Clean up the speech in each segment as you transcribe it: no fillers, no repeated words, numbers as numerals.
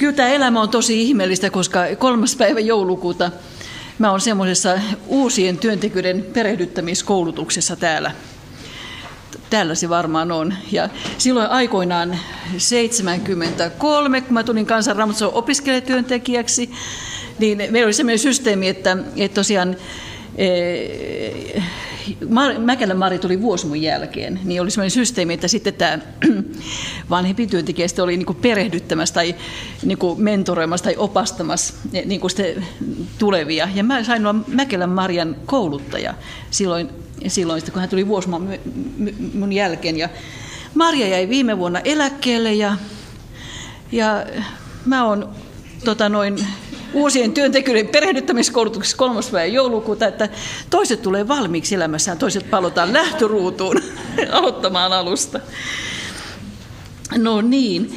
Kyllä tämä elämä on tosi ihmeellistä, koska 3. päivä joulukuuta mä oon semmoisessa uusien työntekijöiden perehdyttämiskoulutuksessa täällä. Täällä se varmaan on. Ja silloin aikoinaan 1973, kun mä tulin Kansan Raamatun opiskelijatyöntekijäksi, niin meillä oli sellainen systeemi, että tosiaan Mäkelän Mari tuli vuosi mun jälkeen, niin oli sellainen systeemi, että sitten tämä vanhempi työntekijä oli niin kuin perehdyttämässä tai niin kuin mentoroimassa tai opastamassa niin kuin sitten tulevia. Ja mä sain olla Mäkelän Marian kouluttaja silloin kun hän tuli vuosi mun jälkeen. Ja Marja jäi viime vuonna eläkkeelle ja mä oon uusien työntekijöiden perehdyttämiskoulutuksessa 3. päivä joulukuuta, että toiset tulee valmiiksi elämässään, toiset palotaan lähtöruutuun aloittamaan alusta. No niin.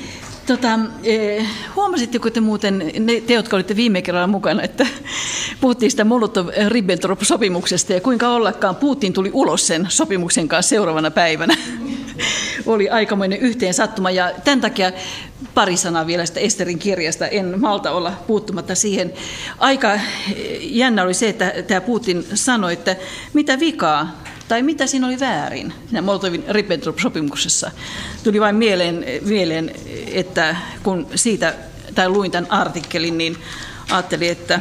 Huomasitteko te muuten, te jotka olitte viime kerralla mukana, että puhuttiin sitä Molotov-Ribbentrop-sopimuksesta ja kuinka ollakaan Putin tuli ulos sen sopimuksen kanssa seuraavana päivänä. Oli aikamoinen yhteensattuma ja tämän takia pari sanaa vielä sitä Esterin kirjasta. En malta olla puuttumatta siihen. Aika jännä oli se, että tämä Putin sanoi, että mitä vikaa tai mitä siinä oli väärin siinä Molotovin Ribbentrop-sopimuksessa. Tuli vain mieleen, että kun luin tämän artikkelin, niin ajattelin, että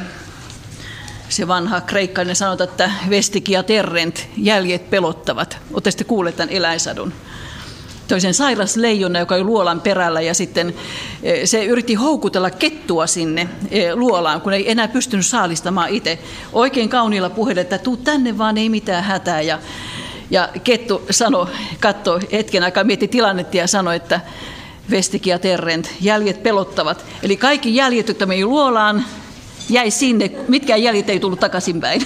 se vanha kreikkainen sanota, että vestigia terrent, jäljet pelottavat. Olette sitten kuulleet tämän eläinsadun. Toisen sairas leijona, joka oli luolan perällä ja sitten se yritti houkutella kettua sinne luolaan, kun ei enää pystynyt saalistamaan itse. Oikein kauniilla puheella, että tuu tänne vaan, ei mitään hätää. Ja kettu katsoi hetken aikaa, mietti tilannetta ja sanoi, että vestigia terrent, jäljet pelottavat. Eli kaikki jäljet, jotka meni luolaan, jäi sinne, mitkään jäljet ei tullut takaisinpäin.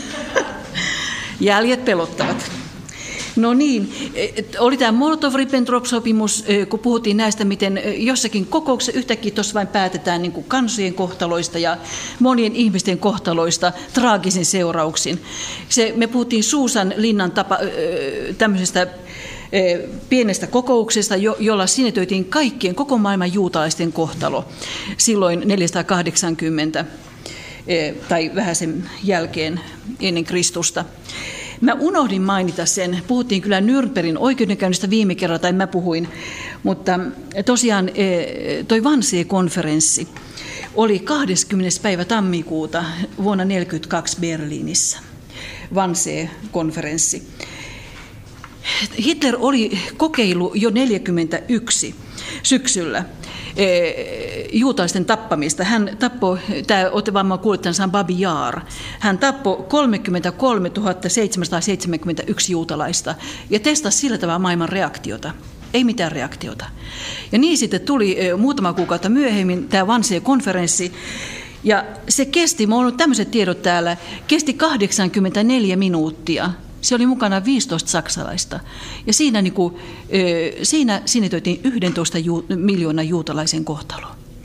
Jäljet pelottavat. No niin, oli tämä Molotov-Ribbentrop-sopimus, kun puhuttiin näistä, miten jossakin kokouksessa yhtäkkiä tuossa vain päätetään niin kuin kansojen kohtaloista ja monien ihmisten kohtaloista traagisin seurauksin. Me puhuttiin Suusan linnan tämmöisestä pienestä kokouksesta, jolla sinetöitiin koko maailman juutalaisten kohtalo silloin 480 tai vähän sen jälkeen ennen Kristusta. Mä unohdin mainita sen, puhuttiin kyllä Nürnbergin oikeudenkäynnistä viime kerralla, tai mä puhuin, mutta tosiaan toi Wannsee-konferenssi oli 20. päivä tammikuuta vuonna 1942 Berliinissä. Wannsee-konferenssi. Hitler oli kokeillut jo 1941 syksyllä juutalaisten tappamista. Hän tappoi, olette varmaan kuulleet tämän Babi Yar, hän tappoi 33 771 juutalaista ja testasi sillä tavalla maailman reaktiota. Ei mitään reaktiota. Ja niin sitten tuli muutama kuukautta myöhemmin tämä Wannsee-konferenssi, ja se kesti, minulla on ollut tämmöiset tiedot täällä, kesti 84 minuuttia. Se oli mukana 15 saksalaista. Ja siinä sinetöitiin 11 miljoonan juutalaisen kohtalo.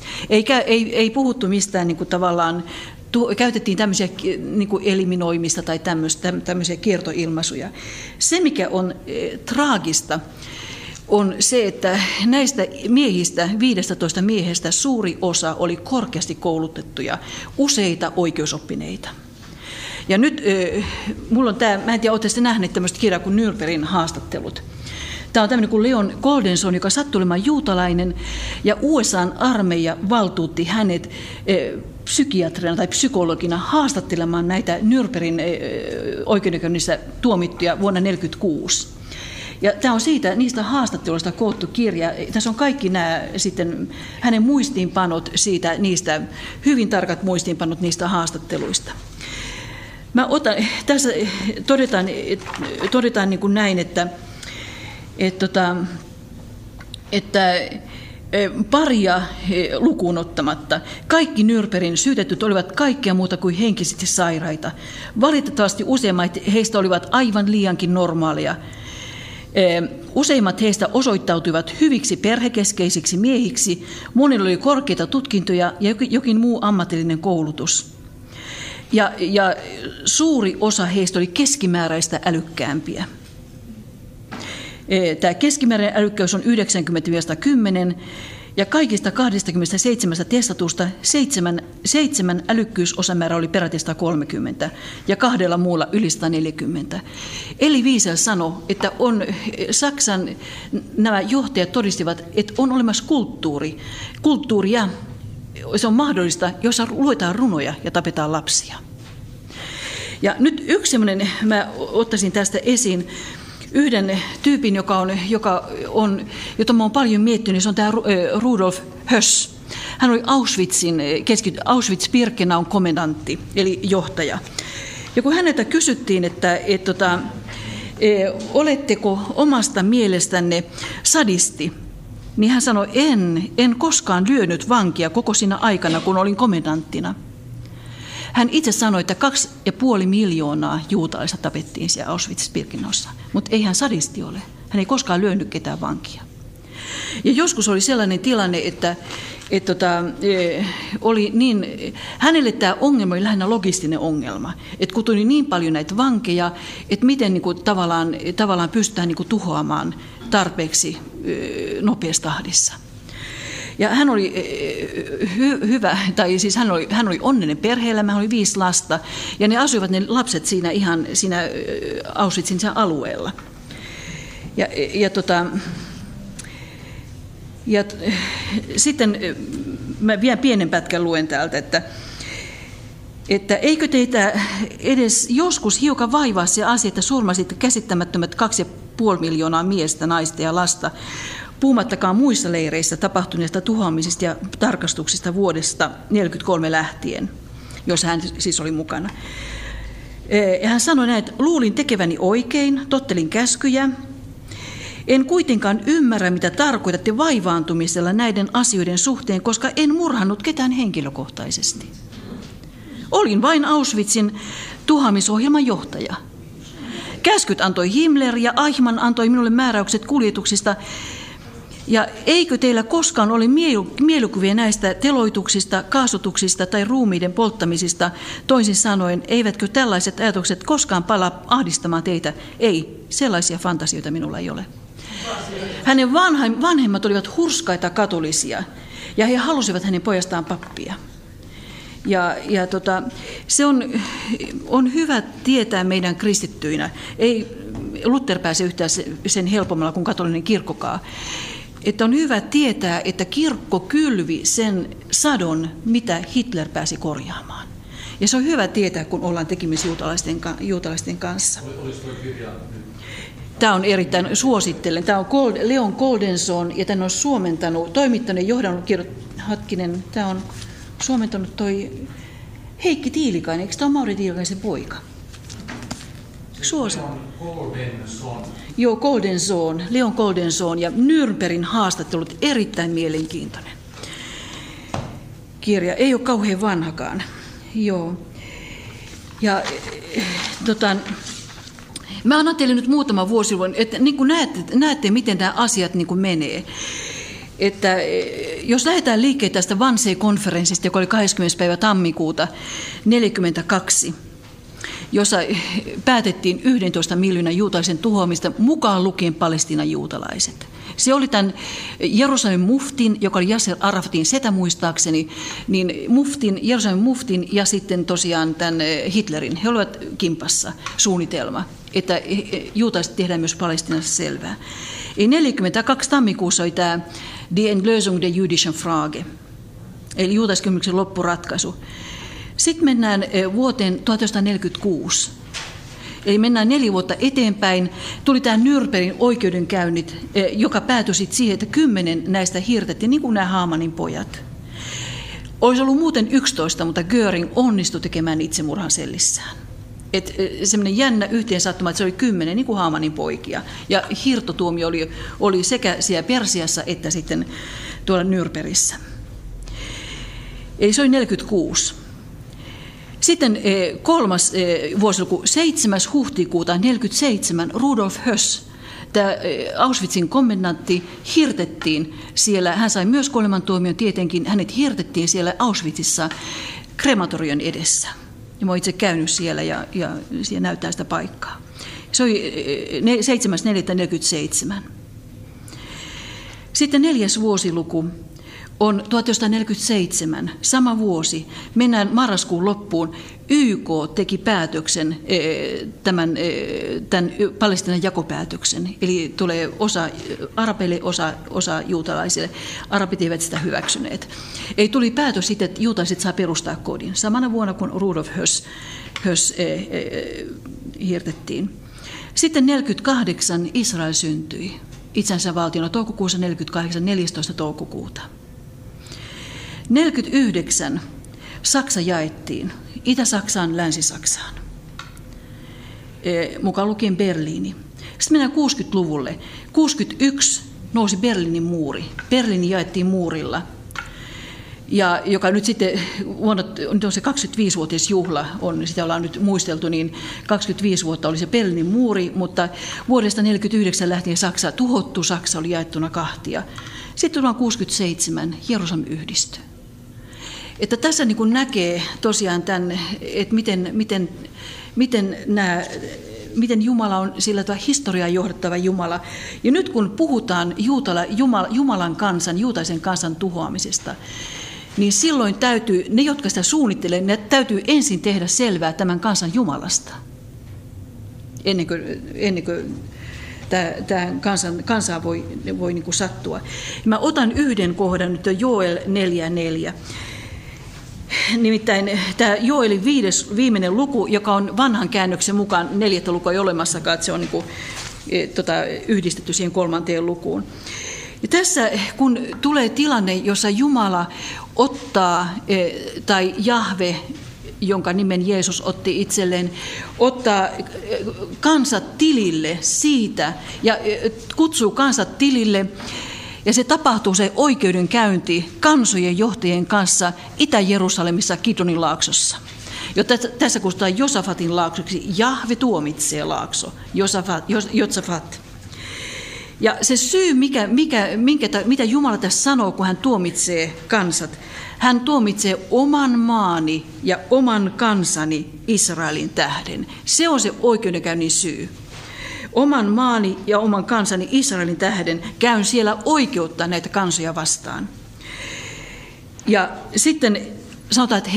Ei puhuttu mistään niin kuin tavallaan, käytettiin tämmöisiä niin kuin eliminoimista tai tämmöisiä kiertoilmaisuja. Se, mikä on traagista, on se, että näistä miehistä, 15 miehestä, suuri osa oli korkeasti koulutettuja, useita oikeusoppineita. Ja nyt mulla on tämä, mä en tiedä, oletteko nähneet tämmöistä kirjaa kuin Nürnbergin haastattelut. Tämä on tämmöinen kuin Leon Goldenson, joka sattui olemaan juutalainen, ja USA:n armeija valtuutti hänet psykiatrina tai psykologina haastattelemaan näitä Nürnbergin oikeudenkäynnissä tuomittuja vuonna 1946. Ja tämä on niistä haastatteluista koottu kirja. Tässä on kaikki nämä sitten hänen muistiinpanot niistä hyvin tarkat muistiinpanot niistä haastatteluista. Tässä todetaan niin kuin näin, että paria lukuun ottamatta kaikki Nürnbergin syytetyt olivat kaikkea muuta kuin henkisesti sairaita. Valitettavasti useimmat heistä olivat aivan liiankin normaaleja. Useimmat heistä osoittautuivat hyviksi perhekeskeisiksi miehiksi, monilla oli korkeita tutkintoja ja jokin muu ammatillinen koulutus. Ja suuri osa heistä oli keskimääräistä älykkäämpiä. Tämä keskimääräinen älykkäys on 90-10, Ja kaikista 27 testatusta 7 älykkyysosamäärä oli peräti 130 ja 2 muulla yli 140. Elie Wiesel sanoi, että Saksan nämä johtajat todistivat, että on olemassa kulttuuria, se on mahdollista, jossa luetaan runoja ja tapetaan lapsia. Ja nyt yksi semmoinen, mä ottaisin tästä esiin, yhden tyypin, jota mä oon paljon miettinyt, se on tämä Rudolf Höss. Hän oli Auschwitz-Birkenaun komendantti, eli johtaja. Ja kun häneltä kysyttiin, että oletteko omasta mielestänne sadisti, niin hän sanoi, en koskaan lyönyt vankia koko siinä aikana, kun olin komendanttina. Hän itse sanoi, että 2,5 miljoonaa juutalaista tapettiin siellä Auschwitz-Birkenaussa, mutta ei hän sadisti ole. Hän ei koskaan lyönyt ketään vankia. Ja joskus oli sellainen tilanne, että oli niin, hänelle tämä ongelma oli lähinnä logistinen ongelma, että kun tuli niin paljon näitä vankeja, että miten niin kuin, tavallaan pystytään niin kuin, tuhoamaan tarpeeksi nopeassa tahdissa. Ja hän oli hyvä, tai siis hän oli onnellinen perhe-elämä, hän oli 5 lasta, ja ne asuivat ne lapset siinä ihan siinä Auschwitzin alueella. Ja sitten mä vielä pienen pätkän luen täältä, että eikö teitä edes joskus hiukan vaivaa se asia, että surmasitte käsittämättömät 2,5 miljoonaa miestä, naista ja lasta, puhumattakaan muissa leireissä tapahtuneista tuhoamisista ja tarkastuksista vuodesta 1943 lähtien, jossa hän siis oli mukana. Ja hän sanoi näin, että luulin tekeväni oikein, tottelin käskyjä. En kuitenkaan ymmärrä, mitä tarkoitatte vaivaantumisella näiden asioiden suhteen, koska en murhannut ketään henkilökohtaisesti. Olin vain Auschwitzin tuhoamisohjelman johtaja. Käskyt antoi Himmler ja Eichmann antoi minulle määräykset kuljetuksista. Ja eikö teillä koskaan ole mielikuvia näistä teloituksista, kaasutuksista tai ruumiiden polttamisista? Toisin sanoen, eivätkö tällaiset ajatukset koskaan palaa ahdistamaan teitä? Ei, sellaisia fantasioita minulla ei ole. Hänen vanhemmat olivat hurskaita katolisia ja he halusivat hänen pojastaan pappia. Se on hyvä tietää meidän kristittyinä. Ei Luther pääse yhtään sen helpommalla kuin katolinen kirkkokaan. Että on hyvä tietää, että kirkko kylvi sen sadon, mitä Hitler pääsi korjaamaan. Ja se on hyvä tietää, kun ollaan tekemisissä juutalaisten kanssa. Tämä on erittäin suosittelen. Tämä on Leon Goldenson ja tämän on toimittanut tämä on suomentanut toi Heikki Tiilikainen. Eikö tämä ole Mauri Tiilikaisen poika? Joo, Leon Goldenson ja Nürnbergin haastattelut, erittäin mielenkiintoinen kirja. Ei ole kauhean vanhakaan. Joo. Ja mä annan teille nyt muutama vuosi, että niin kuin näette, miten nämä asiat niin kuin menee. Että jos lähdetään liikkeelle tästä Wannsee-konferenssista, joka oli 20. päivä tammikuuta 1942, jossa päätettiin 11 miljoonan juutalaisen tuhoamista, mukaan lukien Palestiinan juutalaiset. Se oli tämän Jerusalemin muftin, joka oli Yasser Arafatin setä muistaakseni, niin Jerusalemin muftin ja sitten tosiaan tämän Hitlerin. He olivat kimpassa suunnitelma, että juutalaiset tehdään myös Palestiinassa selvää. 42 tammikuussa oli tämä Die Entlösung der jüdischen Frage, eli juutalaiskysymyksen loppuratkaisu. Sitten mennään vuoteen 1946. Eli mennään 4 vuotta eteenpäin. Tuli tämä Nürnbergin oikeudenkäynnit, joka päätyi siihen, että 10 näistä hirtettiin, niin kuin nämä Haamanin pojat. Olisi ollut muuten 11, mutta Göring onnistui tekemään itsemurhan sellissään. Semmoinen jännä yhteensattuma, että se oli 10, niin kuin Haamanin poikia. Ja hirtotuomio oli sekä siellä Persiassa että sitten tuolla Nürnbergissä. Eli se oli 46. Sitten 3. vuosiluku, 7. huhtikuuta 1947, Rudolf Höss, tämä Auschwitzin komendantti, hirtettiin siellä. Hän sai myös kuolemantuomion tietenkin. Hänet hirtettiin siellä Auschwitzissa krematorion edessä. Ja mä oon itse käynyt siellä ja siellä näyttää sitä paikkaa. Se oli 7.4.47. Sitten 4. vuosiluku, on 1947, sama vuosi, mennään marraskuun loppuun, YK teki päätöksen, tämän Palestiinan jakopäätöksen, eli tulee osa arabeille, osa juutalaisille. Arabit eivät sitä hyväksyneet. Ei tuli päätös siitä, että juutalaiset saa perustaa kodin, samana vuonna kun Rudolf Höss hirtettiin. Sitten 1948 Israel syntyi itsensä valtiona toukokuussa 1948, 14. toukokuuta. 1949 Saksa jaettiin Itä-Saksaan, Länsi-Saksaan, mukaan lukien Berliini. Sitten mennään 60-luvulle. 61 nousi Berliinin muuri. Berliini jaettiin muurilla, ja joka nyt sitten vuonna, nyt on se 25-vuotisjuhla, sitä ollaan nyt muisteltu, niin 25 vuotta oli se Berliinin muuri, mutta vuodesta 1949 lähtien Saksa tuhottu, Saksa oli jaettuna kahtia. Sitten vuonna 67 Jerusalem yhdistyi. Että tässä niin kuin näkee tosiaan tämän, että miten Jumala on sillä tavalla historiaa johdattava Jumala. Ja nyt kun puhutaan Jumalan kansan, juutaisen kansan tuhoamisesta, niin silloin täytyy, ne jotka sitä suunnittelee, ne täytyy ensin tehdä selvää tämän kansan Jumalasta, ennen kuin tämä kansaan voi niin kuin sattua. Mä otan yhden kohdan, nyt Joel 4:4. Nimittäin tämä Joelin viimeinen luku, joka on vanhan käännöksen mukaan 4. lukua ei olemassakaan, että se on niin kuin, yhdistetty siihen 3. lukuun. Ja tässä kun tulee tilanne, jossa Jumala ottaa, tai Jahve, jonka nimen Jeesus otti itselleen, ottaa kansat tilille siitä ja kutsuu kansat tilille, ja se tapahtuu se oikeudenkäynti kansojen johtajien kanssa Itä-Jerusalemissa Kidronin laaksossa. Tässä kutsutaan Josafatin laaksoksi. Jahve tuomitsee laakso, Josafat. Ja se syy, mitä Jumala tässä sanoo, kun hän tuomitsee kansat, hän tuomitsee oman maani ja oman kansani Israelin tähden. Se on se oikeudenkäynnin syy. Oman maani ja oman kansani Israelin tähden käyn siellä oikeutta näitä kansoja vastaan. Ja sitten sanotaan, että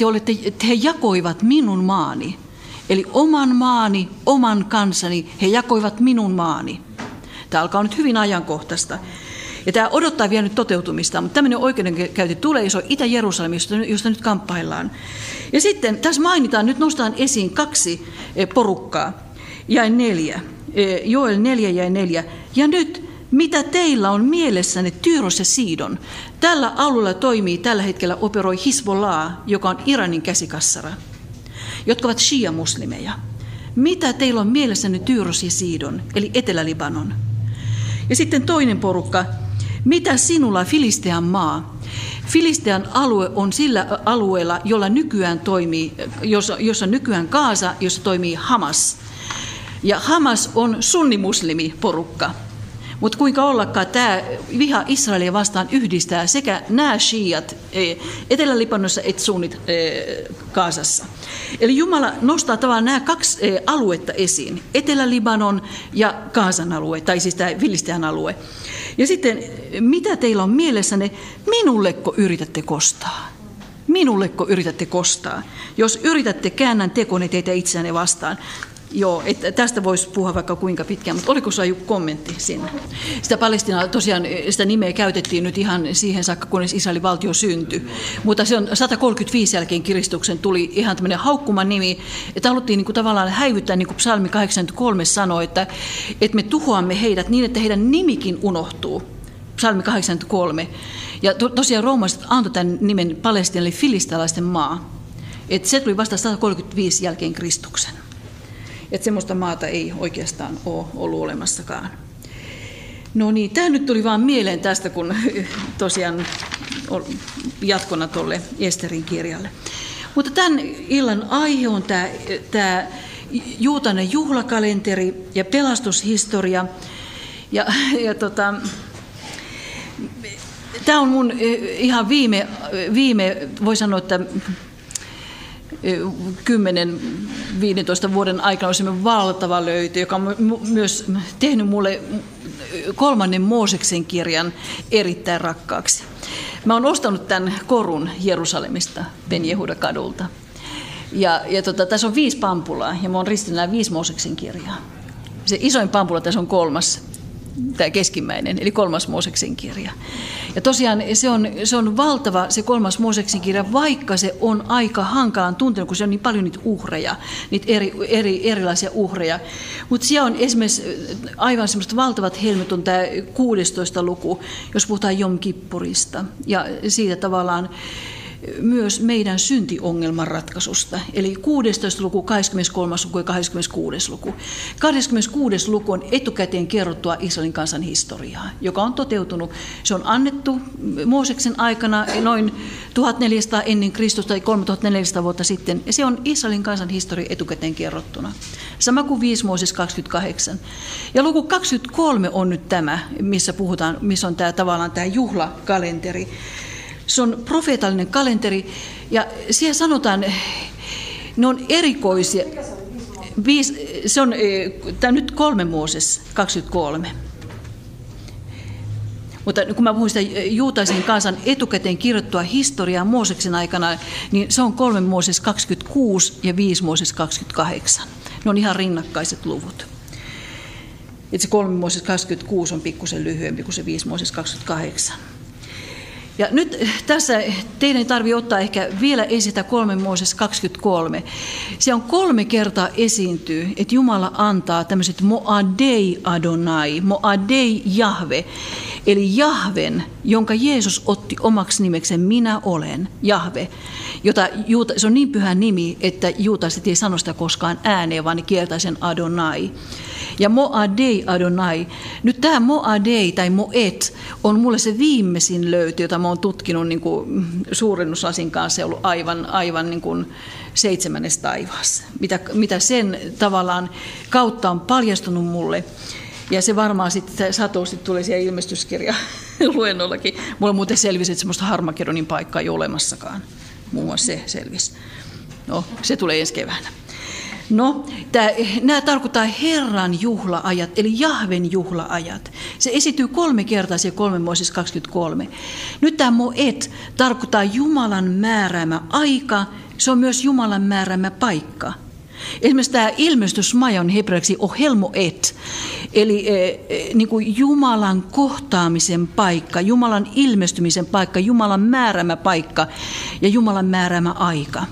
he jakoivat minun maani. Eli oman maani, oman kansani, he jakoivat minun maani. Tämä alkaa nyt hyvin ajankohtaista. Ja tämä odottaa vielä nyt toteutumista, mutta tämmöinen oikeudenkäynti tulee, ja se on Itä-Jerusalem, josta nyt kamppaillaan. Ja sitten tässä mainitaan, nyt nostetaan esiin 2 porukkaa, jae 4. Joel 4 ja 4. Ja nyt, mitä teillä on mielessänne Tyyros ja Sidon? Tällä alueella toimii tällä hetkellä operoi Hizbollah, joka on Iranin käsikassara, jotka ovat shia-muslimeja. Mitä teillä on mielessänne Tyyros ja Sidon, eli Etelä-Libanon? Ja sitten toinen porukka. Mitä sinulla Filistean maa? Filistean alue on sillä alueella, jolla nykyään toimii, jossa nykyään Gaza, jossa toimii Hamas. Ja Hamas on sunnimuslimiporukka. Mutta kuinka ollakaan tämä viha Israelia vastaan yhdistää sekä nämä shiiat Etelä-Libanonissa että sunnit Gazassa. Eli Jumala nostaa tavallaan nämä 2 aluetta esiin, Etelä-Libanon ja Gazan alue, tai siis tämä Filistean alue. Ja sitten, mitä teillä on mielessänne, minulleko yritätte kostaa? Minulleko yritätte kostaa? Jos yritätte, käännän tekoni teitä itseänne vastaan. Joo, että tästä voisi puhua vaikka kuinka pitkään, mutta oliko sinulla joku kommentti sinne? Sitä Palestiinaa tosiaan, sitä nimeä käytettiin nyt ihan siihen saakka, kunnes Israelin valtio syntyi. Mutta se on 135 jälkeen Kristuksen tuli ihan tämmöinen haukkuman nimi, että haluttiin niin kuin tavallaan häivyttää, niin kuin Psalmi 83 sanoi, että me tuhoamme heidät niin, että heidän nimikin unohtuu. Psalmi 83. Ja tosiaan roomalaiset antoi tämän nimen Palestiinalle filistealaisten maa. Että se tuli vasta 135 jälkeen Kristuksen. Että semmoista maata ei oikeastaan ole ollut olemassakaan. No niin, tämä nyt tuli vaan mieleen tästä, kun tosiaan jatkona tuolle Esterin kirjalle. Mutta tämän illan aihe on tämä juutainen juhlakalenteri ja pelastushistoria. Tämä on mun ihan viime voi sanoa, että 10-15 vuoden aikana on semmoinen valtava löytö, joka on myös tehnyt mulle 3. Mooseksen kirjan erittäin rakkaaksi. Mä oon ostanut tämän korun Jerusalemista Ben Jehuda kadulta. Ja tässä on 5 pampulaa ja mä oon ristinyt nämä 5 Mooseksen kirjaa. Se isoin pampula tässä on 3. Tämä keskimmäinen, eli 3. Mooseksen kirja. Ja tosiaan se on valtava se 3. Mooseksen kirja, vaikka se on aika hankalan tuntenut, kun se on niin paljon niitä uhreja, niitä erilaisia uhreja. Mutta siellä on esimerkiksi aivan semmoista valtavat helmet on tämä 16. luku, jos puhutaan Jom Kippurista. Ja siitä tavallaan myös meidän syntiongelman ratkaisusta. Eli 16. luku, 23. luku ja 26. luku. 26. luku on etukäteen kerrottua Israelin kansan historiaa, joka on toteutunut. Se on annettu Mooseksen aikana noin 1400 ennen Kristusta tai 3400 vuotta sitten. Ja se on Israelin kansan historia etukäteen kerrottuna. Sama kuin 5 Mooses 28. Ja luku 23 on nyt tämä, missä puhutaan, missä on tämä tavallaan tämä juhlakalenteri. Se on profeetallinen kalenteri ja siellä sanotaan, ne on erikoisia. Se on tämä nyt 3 Mooses 23. Mutta kun mä puhun sitä juutalaisen kansan etukäteen kirjoittua historiaa Mooseksen aikana, niin se on 3 Mooses 26 ja 5 Mooses 28. Ne on ihan rinnakkaiset luvut. Et se 3 Mooses 26 on pikkusen lyhyempi kuin se 5 Mooses 28. Ja nyt tässä teidän ei tarvitse ottaa ehkä vielä esitä 3 Mooses 23. Se on 3 kertaa esiintyy, että Jumala antaa tämmöiset Moadei Adonai, Moadei Jahve, eli Jahven, jonka Jeesus otti omaksi nimekseen minä olen, Jahve. Se on niin pyhä nimi, että juutalaiset ei sano sitä koskaan ääneen, vaan ne kieltää sen Adonai. Ja Moadei Adonai. Nyt tämä Moadei tai Moet on mulle se viimeisin löytö, jota mä oon tutkinut niin kuin suurennuslasin kanssa ja ollut aivan niin kuin 7. taivaassa. Mitä sen tavallaan kautta on paljastunut mulle. Ja se varmaan sitten satuusti tulee siellä ilmestyskirja luennollakin. Mulla muuten selvisi, että semmoista Harmagedonin paikkaa ei ole olemassakaan. Muun muassa se selvisi. No, se tulee ensi keväänä. No, nämä tarkoittaa Herran juhlaajat, eli Jahven juhlaajat. Se esityy 3 kertaa siellä 3 Mooses 23. Nyt tämä Moed tarkoittaa Jumalan määräämä aika, se on myös Jumalan määräämä paikka. Esimerkiksi tämä ilmestysmaja on hebreaksi ohel Moed, eli niin kuin Jumalan kohtaamisen paikka, Jumalan ilmestymisen paikka, Jumalan määräämä paikka ja Jumalan määräämä aika.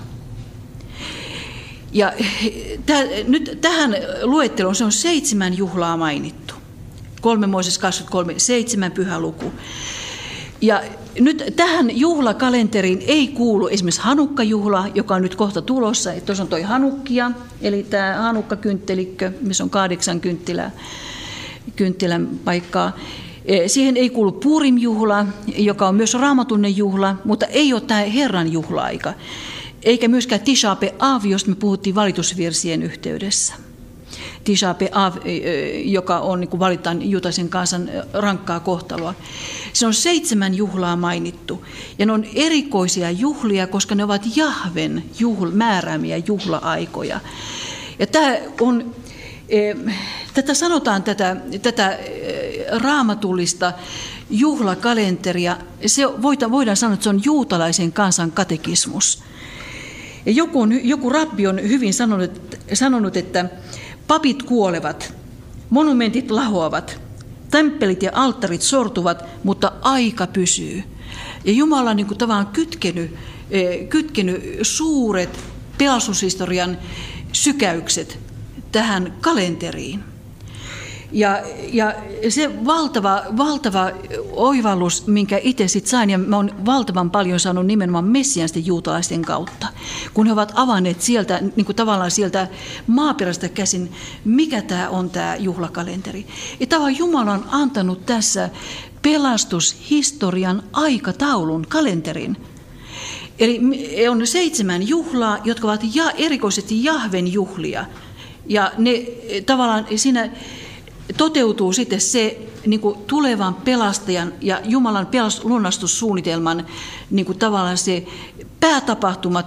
Ja nyt tähän luetteloon se on 7 juhlaa mainittu. 3 Mooses 23, 7 pyhä luku. Ja nyt tähän juhlakalenteriin ei kuulu esimerkiksi Hanukka-juhla, joka on nyt kohta tulossa. Tuossa on toi Hanukkia, eli tämä Hanukka-kynttelikkö, missä on 8 kynttilän paikkaa. Siihen ei kuulu Purim-juhla, joka on myös raamatullinen juhla, mutta ei ole tämä Herran juhla-aika. Eikä myöskään Tisha B'Av, josta me puhuttiin valitusvirsien yhteydessä. Tisha B'Av, joka on, niin kuin valitaan juutalaisen kansan rankkaa kohtaloa. Se on 7 juhlaa mainittu. Ja ne on erikoisia juhlia, koska ne ovat Jahven määräämiä juhla-aikoja. Ja tämä on, tätä sanotaan, tätä raamatullista juhlakalenteria, voidaan sanoa, että se on juutalaisen kansan katekismus. Ja joku rabbi on hyvin sanonut, että papit kuolevat, monumentit lahoavat, temppelit ja alttarit sortuvat, mutta aika pysyy. Ja Jumala on niin kuin tavallaan kytkenyt suuret pelastushistorian sykäykset tähän kalenteriin. Ja se valtava oivallus, minkä itse sitten sain, ja mä oon valtavan paljon saanut nimenomaan messianisten juutalaisten kautta, kun he ovat avanneet sieltä, niin kuin tavallaan sieltä maaperästä käsin, mikä tämä on tämä juhlakalenteri. Ja tavallaan Jumala on antanut tässä pelastushistorian aikataulun, kalenterin. Eli on 7 juhlaa, jotka ovat erikoisesti Jahven juhlia. Ja ne tavallaan siinä toteutuu sitten se niin kuin tulevan pelastajan ja Jumalan lunastussuunnitelman niin kuin tavallaan se päätapahtumat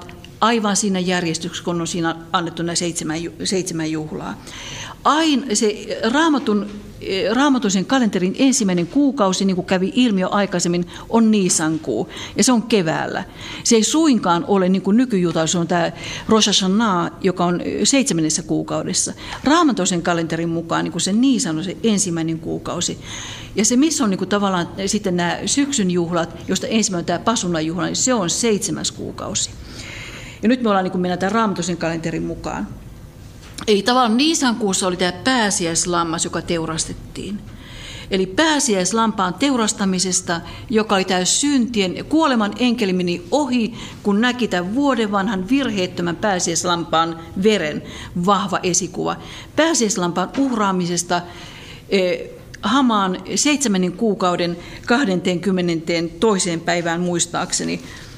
aivan siinä järjestyksessä, kun on siinä annettu nämä seitsemän juhlaa. Aina se Raamatun sen kalenterin ensimmäinen kuukausi, niin kuin kävi ilmi jo aikaisemmin, on Niisankuu, ja se on keväällä. Se ei suinkaan ole niin kuin nykyjuutalaisuus, on tämä Rosh Hashanah, joka on 7. kuukaudessa. Raamatun sen kalenterin mukaan niin kuin se Niisan on se ensimmäinen kuukausi. Ja se, missä on niin kuin tavallaan sitten nämä syksyn juhlat, josta ensimmäinen on tämä Pasuna-juhla, niin se on 7. kuukausi. Ja nyt me ollaan niin kuin mennään tämän Raamatun sen kalenterin mukaan. Eli tavallaan Niisankuussa oli tämä pääsiäislammas, joka teurastettiin. Eli pääsiäislampaan teurastamisesta, joka oli tämä syntien, kuoleman enkeli meni ohi, kun näki tämän vuoden vanhan virheettömän pääsiäislampaan veren, vahva esikuva. Pääsiäislampaan uhraamisesta Hamaan 7. kuukauden 22. päivään muistaakseni.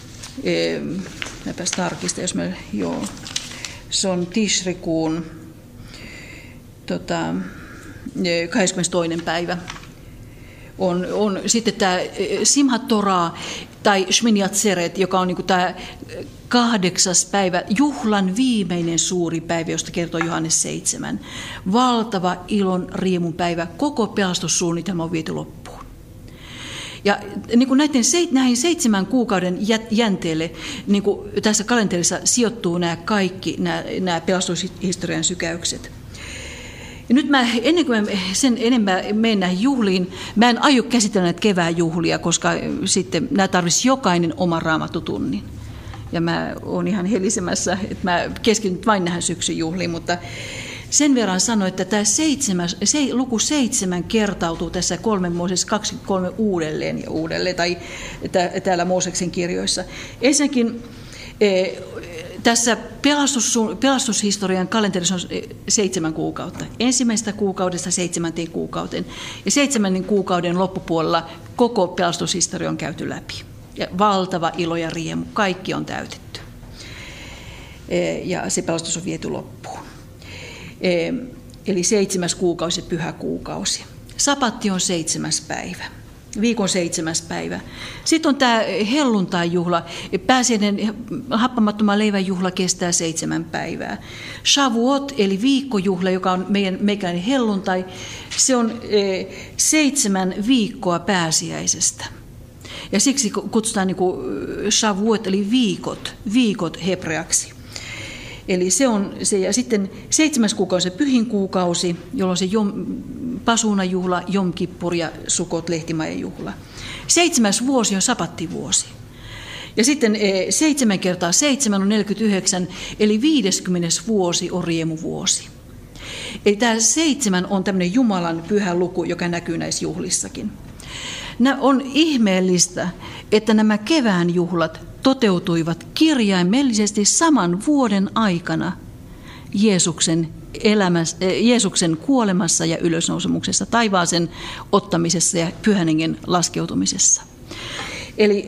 Mäpäs tarkistan, jos mä, joo. Se on Tishrikuun 22. päivä. On sitten tämä Simhat Torah tai Shmini Atzeret, joka on niin kuin tämä 8. päivä, juhlan viimeinen suuri päivä, josta kertoo Johannes 7. Valtava ilon riemun päivä, koko pelastussuunnitelma on viety loppuun. Ja niin kuin näihin 7 kuukauden jänteelle niin kuin tässä kalenterissa sijoittuu nämä kaikki nämä pelastushistorian sykäykset. Ja nyt ennen kuin sen enempää menen näihin juhliin, mä en aio käsitellä näitä kevään juhlia, koska sitten nämä tarvitsisi jokainen oman raamattutunnin. Ja mä oon ihan helisemässä, että mä keskityn vain näihin syksyn juhliin, mutta sen verran sanoin, että tämä luku 7 kertautuu tässä 3 Mooses 23 uudelleen ja uudelleen, tai täällä Mooseksen kirjoissa. Ensinnäkin tässä pelastushistorian kalenterissa on 7 kuukautta. 1. kuukaudesta 7. kuukauteen. Ja 7. kuukauden loppupuolella koko pelastushistoria on käyty läpi. Ja valtava ilo ja riemu, kaikki on täytetty. Ja se pelastus on viety loppuun. Eli 7. kuukausi, pyhä kuukausi. Sapatti on 7. päivä, viikon 7. päivä. Sitten on tämä helluntai-juhla, pääsiäinen happamattoman leivän juhla kestää 7 päivää. Shavuot, eli viikkojuhla, joka on meikäläinen helluntai, se on 7 viikkoa pääsiäisestä. Ja siksi kutsutaan niin kuin Shavuot, eli viikot hebreaksi. Eli se on se, ja sitten 7. kuukausi pyhin kuukausi, jolloin se Pasuna-juhla, Jom Kippur ja Sukot lehtimajan juhla. 7. vuosi on sapattivuosi. Ja sitten 7 kertaa 7 on 49, eli 50. vuosi on riemuvuosi. Eli tämä 7 on tämmöinen Jumalan pyhä luku, joka näkyy näissä juhlissakin. On ihmeellistä, että nämä kevään juhlat toteutuivat kirjaimellisesti saman vuoden aikana Jeesuksen kuolemassa ja ylösnousemuksessa, taivaaseen ottamisessa ja Pyhän Hengen laskeutumisessa. Eli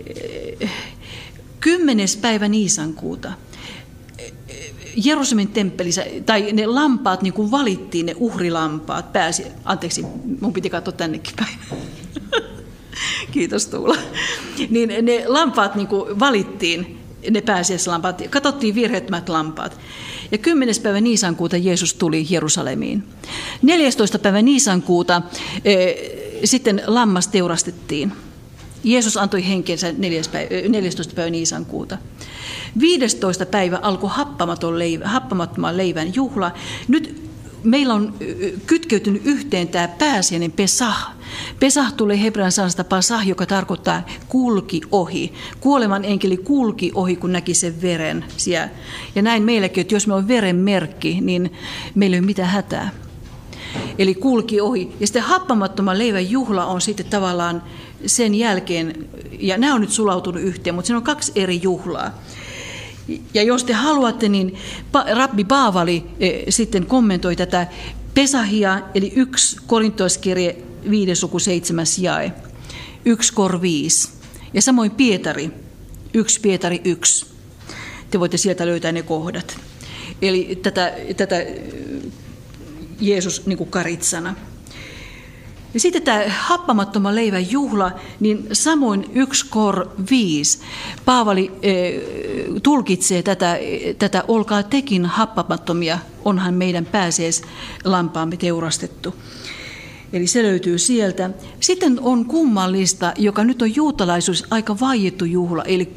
10. päivä Niisankuuta Jerusalemin temppelissä, tai ne lampaat niin kuin valittiin, ne uhrilampaat, mun piti katsoa tännekin päin. Kiitos Tuula. Niin ne lampaat niin kuin valittiin, ne pääsiäislampaat, katsottiin virheettömät lampaat. Ja 10. päivä Niisankuuta Jeesus tuli Jerusalemiin. 14. päivä Niisankuuta sitten lammas teurastettiin. Jeesus antoi henkensä 14. päivä Niisankuuta. 15. päivä alkoi happamattoman leivän juhla. Nyt meillä on kytkeytynyt yhteen tämä pääsiäinen Pesach. Pesach tulee hebrean sanasta pasah, joka tarkoittaa kulki ohi. Kuoleman enkeli kulki ohi, kun näki sen veren siellä. Ja näin meilläkin, että jos meillä on veren merkki, niin meillä ei ole mitään hätää. Eli kulki ohi. Ja sitten happamattoman leivän juhla on sitten tavallaan sen jälkeen, ja nämä on nyt sulautunut yhteen, mutta siinä on 2 eri juhlaa. Ja jos te haluatte, niin Rabbi Paavali sitten kommentoi tätä Pesahia, eli 1 Korintoiskirje 5. luku 7. jae, 1 Kor 5. Ja samoin Pietari, 1 Pietari 1. Te voitte sieltä löytää ne kohdat. Eli tätä Jeesus niin kuin karitsana. Ja sitten tämä happamattoman leivän juhla, niin samoin 1 Kor 5. Paavali tulkitsee tätä olkaa tekin happamattomia, onhan meidän pääsiäis lampaamme teurastettu. Eli se löytyy sieltä. Sitten on kummallista, joka nyt on juutalaisuus aika vaiettu juhla, eli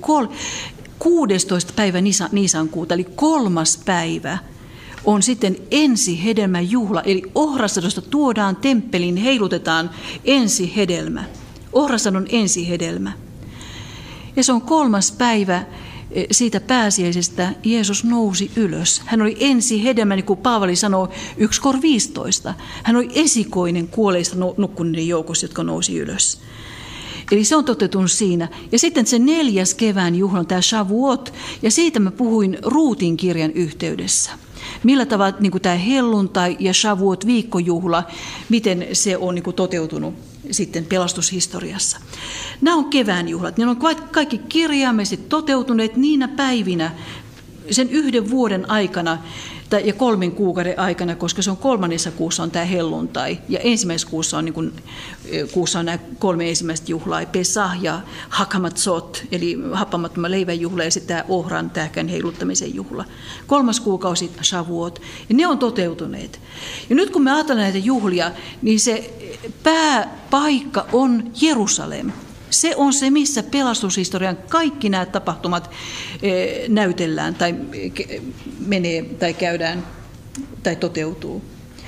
16. päivä Niisankuuta, eli 3. päivä on sitten ensihedelmän juhla, eli ohrasadosta tuodaan temppeliin, heilutetaan ensihedelmä. Ohrasadon ensihedelmä. Ja se on 3. päivä siitä pääsiäisestä Jeesus nousi ylös. Hän oli ensihedelmä, niin kuin Paavali sanoo 1:15. Hän oli esikoinen kuolleista nukkuneiden joukossa, jotka nousi ylös. Eli se on toteutunut siinä. Ja sitten se 4. kevään juhla on tämä Shavuot, ja siitä mä puhuin Ruutin kirjan yhteydessä. Millä tavalla niin kuin tämä helluntai ja Shavuot viikkojuhla, miten se on niin kuin toteutunut sitten pelastushistoriassa. Nämä on kevään juhlat. Ne on kaikki kirjaimellisesti toteutuneet niinä päivinä sen 1 vuoden aikana ja 3 kuukauden aikana, koska se on 3. kuussa on tämä helluntai ja 1. kuussa on, kuussa on nämä 3 ensimmäistä juhlaa, Pesach ja Hakamatzot, eli happamattoman leivän juhla ja sitten tämä ohran tähkän heiluttamisen juhla. 3. kuukausi Shavuot, ja ne on toteutuneet. Ja nyt kun me ajatellaan näitä juhlia, niin se pääpaikka on Jerusalem. Se on se, missä pelastushistorian kaikki nämä tapahtumat näytellään tai menee tai käydään tai toteutuu.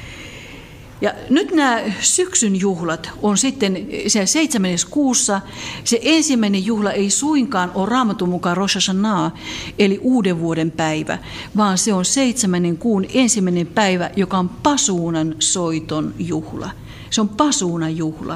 Ja nyt nämä syksyn juhlat on sitten se 7. kuussa. Se ensimmäinen juhla ei suinkaan ole Raamatun mukaan Rosh Hashanah, eli uuden vuoden päivä, vaan se on 7. kuun 1. päivä, joka on pasuunan soiton juhla. Se on pasuunan juhla.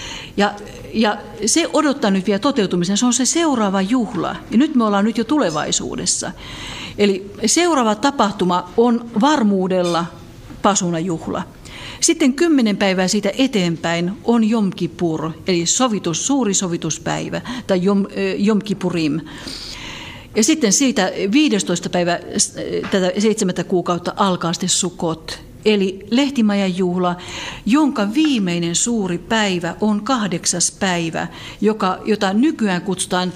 Ja se odottaa nyt vielä toteutumisen, se on se seuraava juhla. Ja nyt me ollaan nyt jo tulevaisuudessa. Eli seuraava tapahtuma on varmuudella pasuunajuhla. Sitten 10 päivää siitä eteenpäin on Jom Kippur, eli suuri sovituspäivä, tai Jom Kippurim. Ja sitten siitä 15. päivä tätä 7. kuukautta alkaa sitten Sukot, eli lehtimajan juhla, jonka viimeinen suuri päivä on 8. päivä, jota nykyään kutsutaan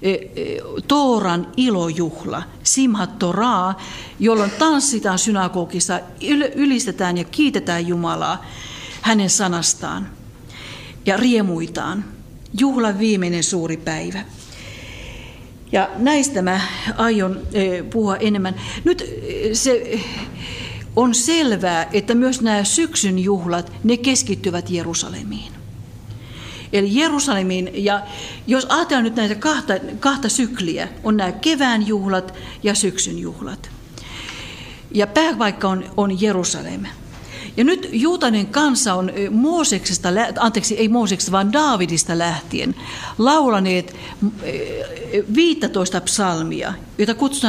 Tooran ilojuhla, Simhat Torah, jolloin tanssitaan synagogissa, ylistetään ja kiitetään Jumalaa hänen sanastaan ja riemuitaan. Juhlan viimeinen suuri päivä. Ja näistä mä aion puhua enemmän. Nyt se on selvää, että myös nämä syksyn juhlat, ne keskittyvät Jerusalemiin. Eli Jerusalemiin, ja jos ajatellaan nyt näitä kahta sykliä, on nämä kevään juhlat ja syksyn juhlat. Ja pääpaikka on Jerusalem. Ja nyt juutalainen kansa on ei Mooseksesta, vaan Daavidista lähtien laulaneet 15 psalmia, joita kutsutaan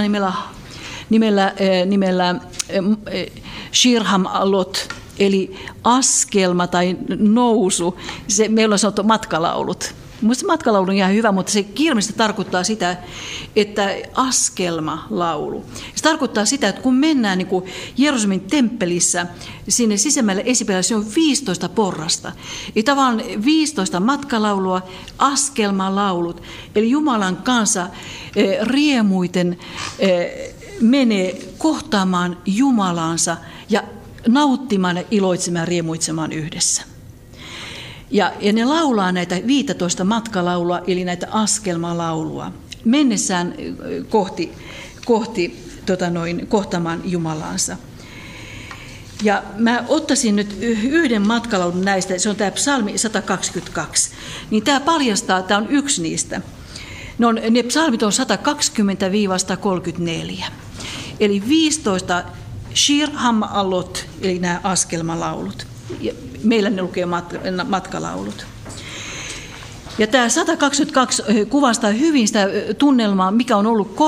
nimellä Shir HaMa'alot, eli askelma tai nousu. Meillä on sanottu matkalaulut. Mielestäni matkalaulu on ihan hyvä, mutta se kirjallisesti tarkoittaa sitä, että askelma-laulu. Se tarkoittaa sitä, että kun mennään niin kuin Jerusalemin temppelissä sinne sisemmälle esipäivälle, se on 15 porrasta. Eli tavallaan 15 matkalaulua, askelmalaulut. Eli Jumalan kansa riemuiten menee kohtaamaan Jumalaansa ja nauttimaan ja iloitsemaan ja riemuitsemaan yhdessä. Ja ne laulaa näitä 15 matkalaulua, eli näitä askelmalaulua, mennessään kohti kohtaamaan Jumalaansa. Ja mä ottaisin nyt yhden matkalaulun näistä, se on tämä psalmi 122. Niin tämä paljastaa, tämä on yksi niistä. Ne psalmit on 120-134. Eli 15 Shir HaMa'alot, eli nämä askelmalaulut. Meillä ne lukee matkalaulut. Ja tämä 122 kuvastaa hyvin sitä tunnelmaa, mikä on ollut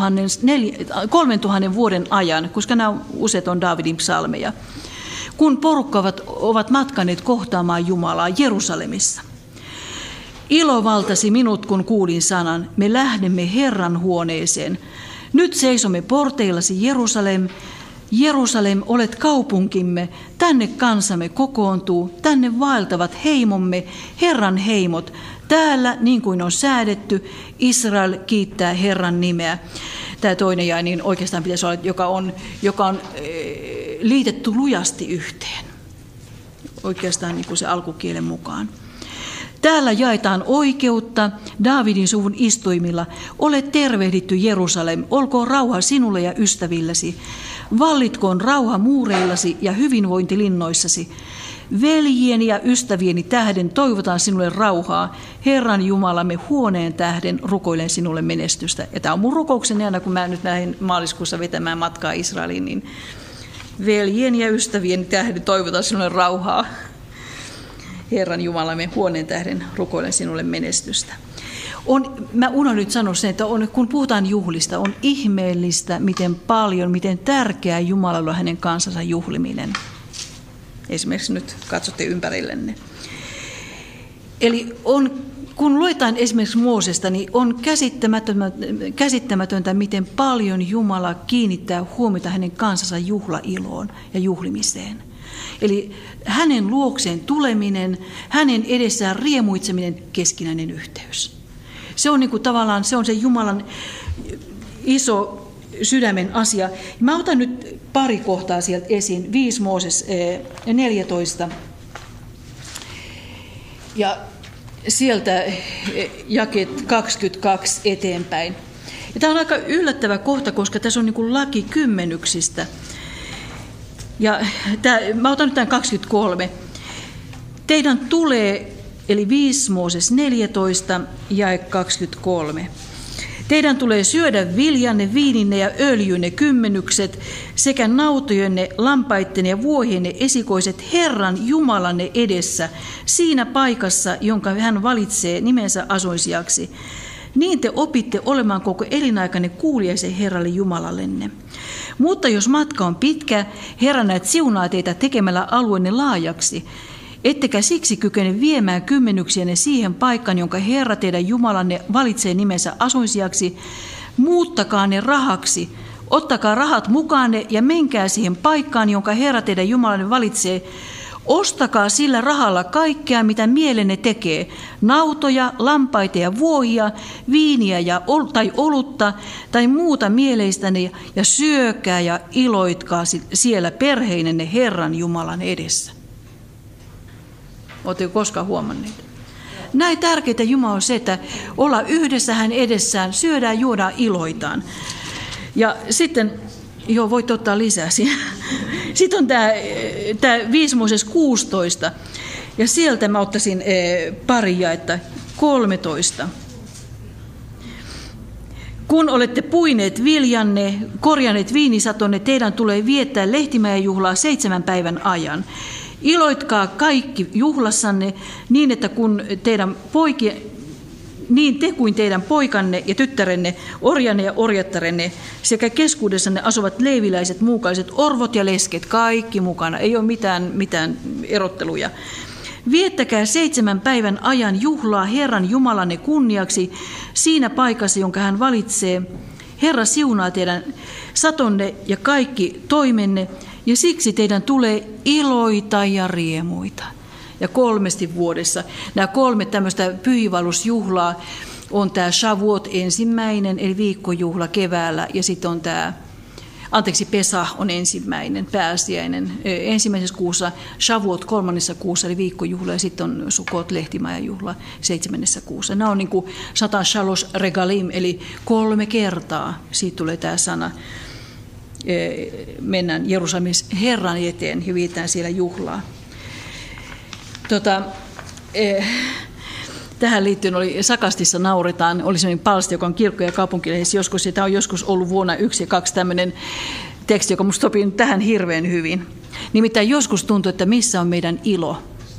3000 vuoden ajan, koska nämä useat on Daavidin psalmeja, kun porukka ovat matkanneet kohtaamaan Jumalaa Jerusalemissa. Ilo valtasi minut, kun kuulin sanan, me lähdemme Herran huoneeseen. Nyt seisomme porteillasi Jerusalem. Jerusalem, olet kaupunkimme, tänne kansamme kokoontuu, tänne vaeltavat heimomme, Herran heimot. Täällä, niin kuin on säädetty, Israel kiittää Herran nimeä. tämä toinen jae, niin oikeastaan pitäisi olla, joka on liitetty lujasti yhteen. Oikeastaan niin kuin se alkukielen mukaan. Täällä jaetaan oikeutta Daavidin suvun istuimilla. Ole tervehditty Jerusalem, olkoon rauha sinulle ja ystävilläsi. Vallitkoon rauha muureillasi ja hyvinvointi linnoissasi. Veljieni ja ystävieni tähden toivotaan sinulle rauhaa. Herran Jumalamme huoneen tähden rukoilen sinulle menestystä. Ja tämä on mun rukoukseni aina, kun mä nyt lähdin maaliskuussa vetämään matkaa Israeliin, niin veljieni ja ystävieni tähden toivotaan sinulle rauhaa. Herran Jumalamme huoneen tähden rukoilen sinulle menestystä. Mä unohdin nyt sanoa sen, että kun puhutaan juhlista, on ihmeellistä, miten tärkeää Jumalalla on hänen kansansa juhliminen. Esimerkiksi nyt katsotte ympärillenne. Eli kun luetaan esimerkiksi Moosesta, niin on käsittämätöntä, miten paljon Jumala kiinnittää huomiota hänen kansansa juhlailoon ja juhlimiseen. Eli hänen luokseen tuleminen, hänen edessään riemuitseminen, keskinäinen yhteys. Se on tavallaan se Jumalan iso sydämen asia. Mä otan nyt pari kohtaa sieltä esiin. 5 Mooses 14. Ja sieltä jakeet 22 eteenpäin. Ja tämä on aika yllättävä kohta, koska tässä on laki kymmenyksistä. Ja mä otan nyt tämän 23. Teidän tulee, eli 5 Mooses 14, jae 23. Teidän tulee syödä viljanne, viininne ja öljynne kymmenykset sekä nautojenne, lampaittenne ja vuohienne esikoiset Herran Jumalanne edessä siinä paikassa, jonka hän valitsee nimensä asuinsijaksi. Niin te opitte olemaan koko elinaikainen kuuliaisen Herralle Jumalallenne. Mutta jos matka on pitkä, Herra näet siunaa teitä tekemällä alueenne laajaksi. Ettekä siksi kykene viemään kymmenyksiänne siihen paikkaan, jonka Herra teidän Jumalanne valitsee nimensä asuinsijaksi. Muuttakaa ne rahaksi, ottakaa rahat mukaanne ja menkää siihen paikkaan, jonka Herra teidän Jumalanne valitsee. Ostakaa sillä rahalla kaikkea, mitä mielenne tekee, nautoja, lampaita ja vuohia, viiniä tai olutta tai muuta mieleistäne, ja syökää ja iloitkaa siellä perheinenne Herran Jumalan edessä. Oletteko koskaan huomanneet? Näin tärkeää Jumala on se, että olla yhdessä hän edessään, syödään, juodaan, iloitaan. Ja sitten, voit ottaa lisää siihen. Sitten on tämä 5 Mooses 16, ja sieltä mä ottaisin pari jaetta 13. Kun olette puineet viljanne, korjanneet viinisatonne, teidän tulee viettää lehtimäjäjuhlaa 7 päivän ajan. Iloitkaa kaikki juhlassanne niin, että kun niin te kuin teidän poikanne ja tyttärenne, orjanne ja orjattarenne sekä keskuudessanne asuvat leeviläiset, muukaiset, orvot ja lesket, kaikki mukana. Ei ole mitään erotteluja. Viettäkää 7 päivän ajan juhlaa Herran Jumalanne kunniaksi siinä paikassa, jonka hän valitsee. Herra siunaa teidän satonne ja kaikki toimenne, ja siksi teidän tulee iloita ja riemuita. Ja 3 vuodessa. Nämä 3 tämmöistä pyhiinvaellusjuhlaa on tämä Shavuot ensimmäinen, eli viikkojuhla keväällä, ja sitten on tämä, Pesach on ensimmäinen, pääsiäinen, 1. kuussa, Shavuot 3. kuussa, eli viikkojuhla, ja sitten on Sukkot lehtimäjäjuhla 7. kuussa. Nämä on niin kuin 100 shalosh regalim, eli 3 kertaa, siitä tulee tämä sana. Mennään Jerusalemissa Herran eteen ja vietään siellä juhlaa. Tähän liittyen Sakastissa nauretaan, oli sellainen palsta, joka on kirkko- ja kaupunkilehdessä joskus, ja tämä on joskus ollut vuonna 1 ja 2 tämmöinen teksti, joka minusta sopii tähän hirveän hyvin. Nimittäin joskus tuntui, että missä on meidän ilo.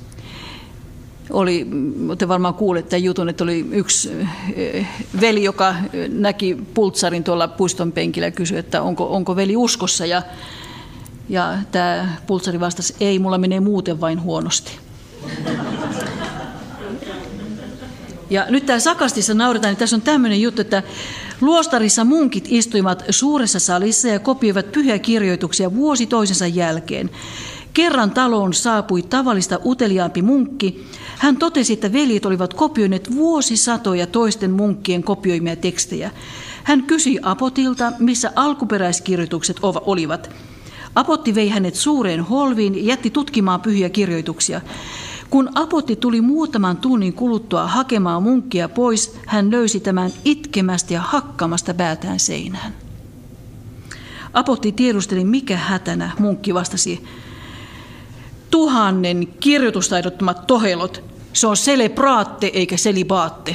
Te varmaan kuulette tämän jutun, että oli yksi veli, joka näki pultsarin tuolla puiston penkillä ja kysyi, että onko veli uskossa. Ja tämä pultsari vastasi, ei, mulla menee muuten vain huonosti. Ja nyt tämä Sakastissa nauretaan, niin tässä on tämmöinen juttu, että luostarissa munkit istuivat suuressa salissa ja kopioivat pyhiä kirjoituksia vuosi toisensa jälkeen. Kerran taloon saapui tavallista uteliaampi munkki. Hän totesi, että veljet olivat kopioineet vuosisatoja toisten munkkien kopioimia tekstejä. Hän kysyi Apotilta, missä alkuperäiskirjoitukset olivat. Apotti vei hänet suureen holviin ja jätti tutkimaan pyhiä kirjoituksia. Kun Apotti tuli muutaman tunnin kuluttua hakemaan munkkia pois, hän löysi tämän itkemästä ja hakkamasta päätään seinään. Apotti tiedusteli, mikä hätänä. Munkki vastasi: 1000 kirjoitustaidottomat tohelot. Se on celebrate eikä celibaatte.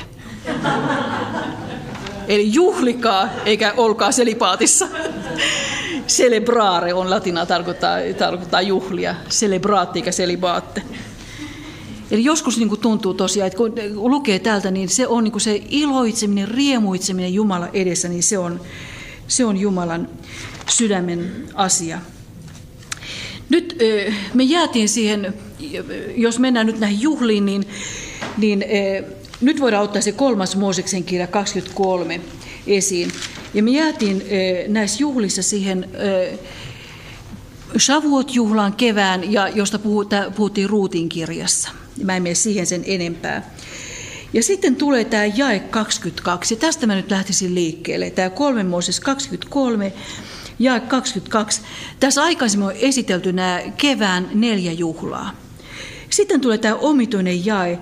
Eli juhlikaa eikä olkaa celibaatissa. Celebrare on latinaa, tarkoittaa juhlia. Celebrate eikä celibaatte. Eli joskus niin kuin tuntuu tosiaan, että kun lukee täältä, niin se on niin kuin se iloitseminen, riemuitseminen Jumalan edessä, niin se on Jumalan sydämen asia. Nyt me jäätiin siihen, jos mennään nyt näihin juhliin, niin nyt voidaan ottaa se 3. Mooseksen kirja 23 esiin. Ja me jäätiin näissä juhlissa siihen Shavuot-juhlaan kevään, ja josta puhuttiin Ruutin kirjassa. Mä en mene siihen sen enempää. Ja sitten tulee tämä jae 22, ja tästä mä nyt lähtisin liikkeelle. Tämä 3 Mooses 23, jae 22. Tässä aikaisemmin on esitelty nämä kevään 4 juhlaa. Sitten tulee tämä omituinen jae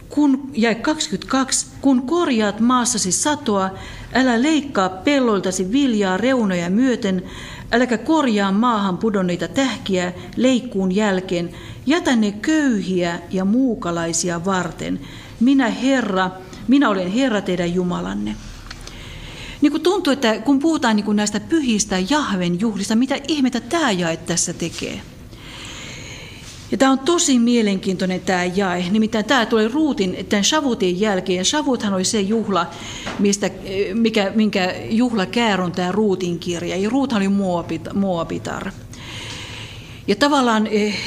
22. Kun korjaat maassasi satoa, älä leikkaa pelloiltasi viljaa reunoja myöten, äläkä korjaa maahan pudonneita tähkiä leikkuun jälkeen, jätä ne köyhiä ja muukalaisia varten. Minä olen Herra teidän Jumalanne. Niin kuin tuntuu, että kun puhutaan niin kuin näistä pyhistä Jahven juhlista, mitä ihmettä tämä jae tässä tekee? Ja tämä on tosi mielenkiintoinen tämä jae. Nimittäin tämä tulee Ruutin, tämän Shavutin jälkeen. Ja Shavuthan oli se juhla, minkä juhlakäär on tämä Ruutin kirja. Ja Ruuthan oli Moabitar. Ja tavallaan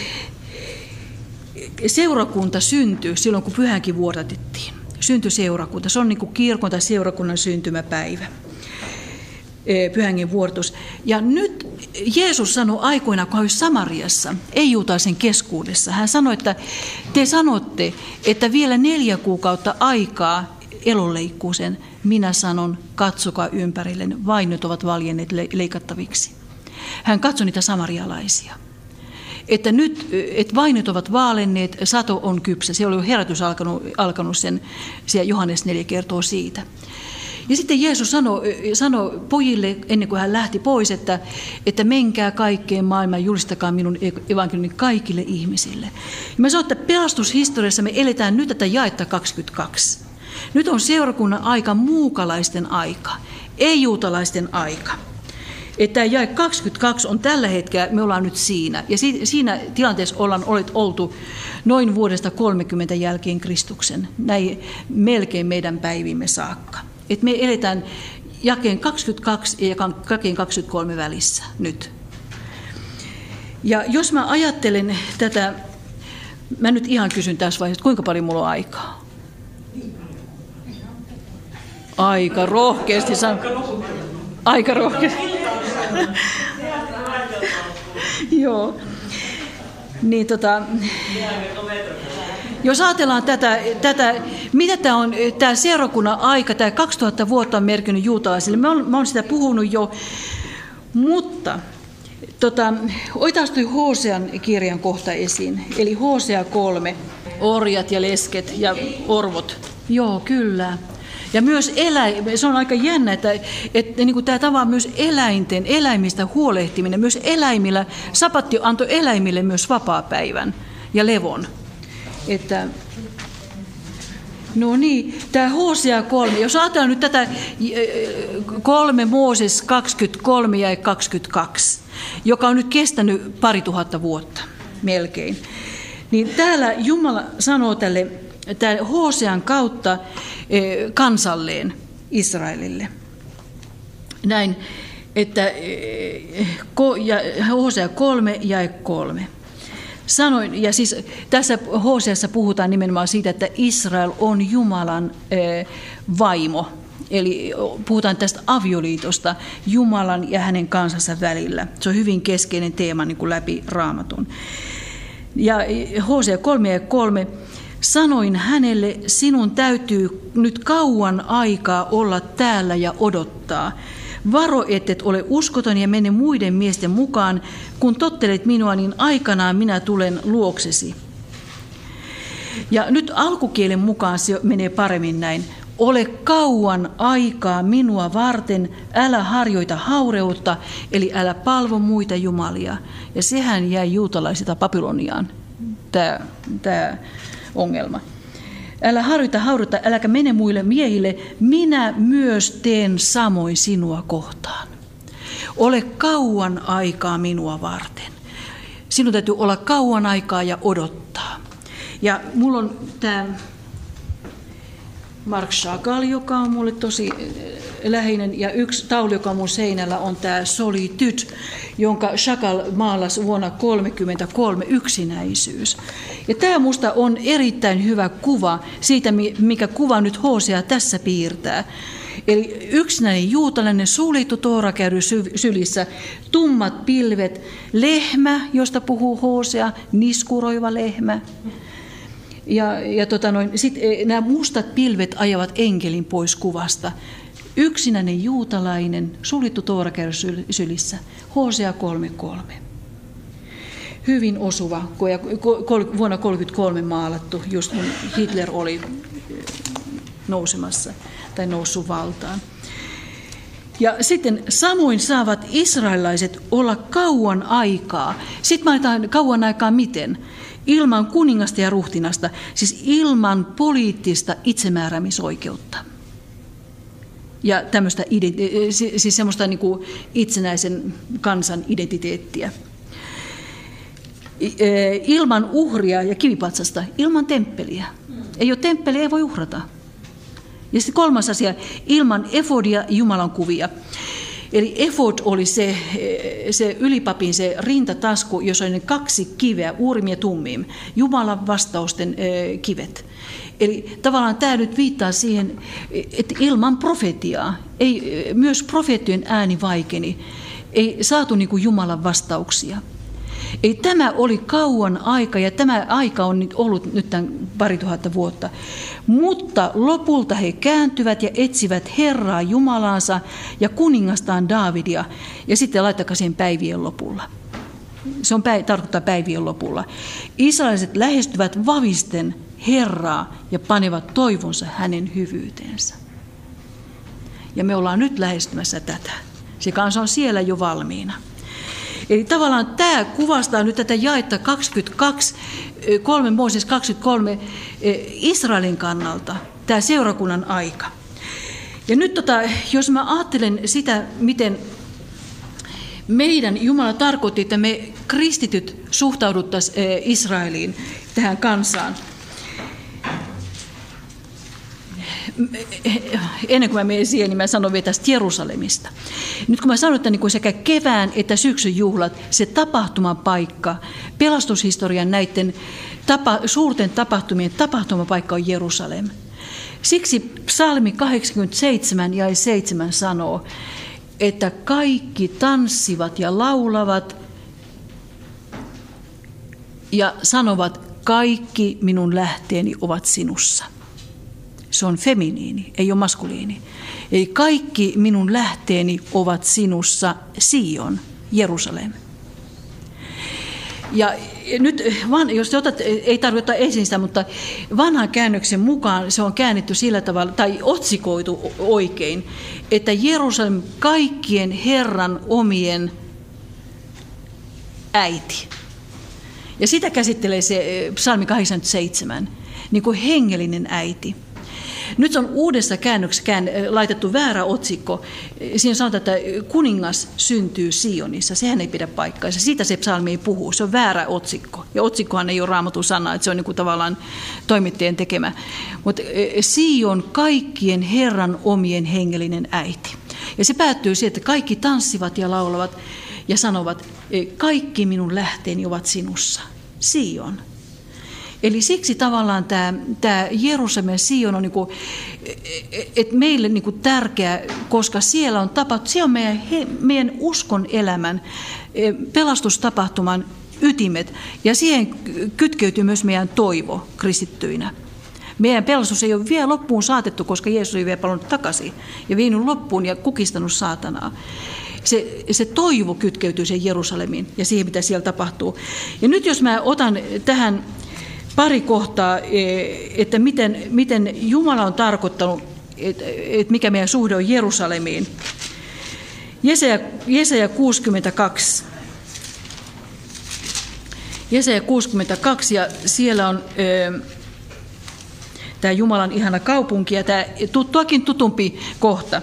seurakunta syntyi silloin, kun pyhänkin vuodatettiin. Syntyi seurakunta. Se on niin kuin kirkon tai seurakunnan syntymäpäivä. Pyhängen vuodatus. Ja nyt Jeesus sanoi aikoina, kun hän oli Samariassa, ei-juutalaisen keskuudessa. Hän sanoi, että te sanotte, että vielä 4 kuukautta aikaa elonleikkuuseen. Minä sanon, katsokaa ympärille, vainot ovat valjenneet leikattaviksi. Hän katsoi niitä samarialaisia. Että nyt että vainot ovat vaalenneet, sato on kypsä. Se oli jo herätys alkanut sen, Johannes 4 kertoo siitä. Ja sitten Jeesus sanoi pojille, ennen kuin hän lähti pois, että menkää kaikkeen maailmaan, julistakaa minun evankeliumini kaikille ihmisille. Ja mä sanon, että pelastushistoriassa me eletään nyt tätä jaetta 22. Nyt on seurakunnan aika muukalaisten aika, ei-juutalaisten aika. Että jae 22 on tällä hetkellä, me ollaan nyt siinä. Ja siinä tilanteessa ollaan oltu noin vuodesta 30 jälkeen Kristuksen, näin melkein meidän päivimme saakka. Että me eletään jakeen 22 ja jakeen 23 välissä nyt. Ja jos mä ajattelen tätä, mä nyt ihan kysyn tässä vaiheessa, kuinka paljon mulla on aikaa? Aika rohkeasti. Aika rohkeasti. Joo. Niin jos ajatellaan tätä, mitä tämä on, tämä seurakunnan aika, tämä 2000 vuotta on merkinnyt juutalaisille, mä oon sitä puhunut jo, mutta otetaan toi Hosean kirjan kohta esiin, eli Hosea 3, orjat ja lesket ja orvot. Joo, kyllä. Ja myös se on aika jännä, että niin kuin tämä tava myös eläimistä huolehtiminen, myös eläimillä, sapatti antoi eläimille myös vapaapäivän ja levon. Että, no niin, tämä Hosea 3, jos ajatellaan nyt tätä 3 Mooses 23 ja 22, joka on nyt kestänyt 2000 vuotta melkein, niin täällä Jumala sanoo tälle Hosean kautta kansalleen Israelille. Näin, että Hosea 3 jae 3. Sanoin, ja siis tässä Hoseassa puhutaan nimenomaan siitä, että Israel on Jumalan vaimo. Eli puhutaan tästä avioliitosta Jumalan ja hänen kansansa välillä. Se on hyvin keskeinen teema niin kuin läpi Raamatun. Ja Hosea 3 ja 3 Sanoin hänelle, sinun täytyy nyt kauan aikaa olla täällä ja odottaa. Varo, ettet ole uskoton ja mene muiden miesten mukaan. Kun tottelet minua, niin aikanaan minä tulen luoksesi. Ja nyt alkukielen mukaan se menee paremmin näin. Ole kauan aikaa minua varten, älä harjoita haureutta, eli älä palvo muita jumalia. Ja sehän jäi juutalaisilta Babyloniaan, tämä ongelma. Älä harjoita haureutta, äläkä mene muille miehille, minä myös teen samoin sinua kohtaan. Ole kauan aikaa minua varten. Sinun täytyy olla kauan aikaa ja odottaa. Ja mulla on tämä Marc Chagall, joka on mulle tosi läheinen, ja yksi taulu, joka on mun seinällä, on tämä Solitude, jonka Chagall maalasi vuonna 1933, yksinäisyys. Ja tämä musta on erittäin hyvä kuva siitä, mikä kuva nyt Hosea tässä piirtää. Eli yksinäinen juutalainen, suljettu toorakäyry sylissä, tummat pilvet, lehmä, josta puhuu Hosea, niskuroiva lehmä. Sitten nämä mustat pilvet ajavat enkelin pois kuvasta. Yksinäinen juutalainen, suljettu toorakäyry sylissä, Hosea 3.3. Hyvin osuva, ja vuonna 1933 maalattu, just kun Hitler oli nousemassa tai noussut valtaan. Ja sitten samoin saavat israelilaiset olla kauan aikaa. Sitten mainitaan kauan aikaa miten? Ilman kuningasta ja ruhtinasta, siis ilman poliittista itsemääräämisoikeutta. Ja tämmöistä siis semmoista niin kuin itsenäisen kansan identiteettiä. Ilman uhria ja kivipatsasta, ilman temppeliä. Ei ole temppeliä, ei voi uhrata. Ja sitten kolmas asia, ilman efodia Jumalan kuvia. Eli efod oli se ylipapin se rintatasku, jossa oli ne 2 kiveä, uurim ja tummim, Jumalan vastausten kivet. Eli tavallaan tämä nyt viittaa siihen, että ilman profetiaa, myös profeettien ääni vaikeni, ei saatu niin kuin Jumalan vastauksia. Eli tämä oli kauan aika, ja tämä aika on nyt ollut nyt tämän 2000 vuotta. Mutta lopulta he kääntyvät ja etsivät Herraa Jumalaansa ja kuningastaan Daavidia, ja sitten laittakaa sen päivien lopulla. Se tarkoittaa päivien lopulla. Israeliset lähestyvät vavisten Herraa ja panevat toivonsa hänen hyvyyteensä. Ja me ollaan nyt lähestymässä tätä. Se kansa on siellä jo valmiina. Eli tavallaan tämä kuvastaa nyt tätä jaetta 22, 3 Mooses 23 Israelin kannalta, tämä seurakunnan aika. Ja nyt jos mä ajattelen sitä, miten meidän Jumala tarkoitti, että me kristityt suhtauduttaisiin Israeliin, tähän kansaan. Ennen kuin mä menen siihen, niin mä sanon vielä tästä Jerusalemista. Nyt kun mä sanon, että niin sekä kevään että syksyn juhlat, se tapahtumapaikka, pelastushistorian näiden suurten tapahtumien tapahtumapaikka on Jerusalem. Siksi psalmi 87 ja 7 sanoo, että kaikki tanssivat ja laulavat ja sanovat, kaikki minun lähteeni ovat sinussa. Se on feminiini, ei ole maskuliini. Eli kaikki minun lähteeni ovat sinussa, Sion, Jerusalem. Ja nyt, jos te otat, ei tarvitse ottaa esiin sitä, mutta vanhan käännöksen mukaan se on käännetty sillä tavalla, tai otsikoitu oikein, että Jerusalem kaikkien Herran omien äiti. Ja sitä käsittelee se psalmi 87, niin kuin hengellinen äiti. Nyt on uudessa käännöksessä laitettu väärä otsikko. Siinä sanotaan, että kuningas syntyy Sionissa. Sehän ei pidä paikkaansa. Siitä se psalmi ei puhu. Se on väärä otsikko. Ja otsikkohan ei ole Raamatun sana, että se on niin kuin tavallaan toimittajien tekemä. Mutta Sion kaikkien Herran omien hengellinen äiti. Ja se päättyy siihen, että kaikki tanssivat ja laulavat ja sanovat, kaikki minun lähteeni ovat sinussa. Sion. Eli siksi tavallaan tämä Jerusalem Sion on niinku, meille niinku tärkeä, koska siellä on se on meidän uskon elämän, pelastustapahtuman ytimet. Ja siihen kytkeytyy myös meidän toivo kristittyinä. Meidän pelastus ei ole vielä loppuun saatettu, koska Jeesus ei vielä palannut takaisin ja vienyt loppuun ja kukistanut saatanaa. Se toivo kytkeytyy sen Jerusalemiin ja siihen, mitä siellä tapahtuu. Ja nyt jos mä otan tähän pari kohtaa, että miten Jumala on tarkoittanut, että mikä meidän suhde on Jerusalemiin. Jesaja 62. Jesaja 62 ja siellä on tämä Jumalan ihana kaupunki ja tämä tuokin tutumpi kohta.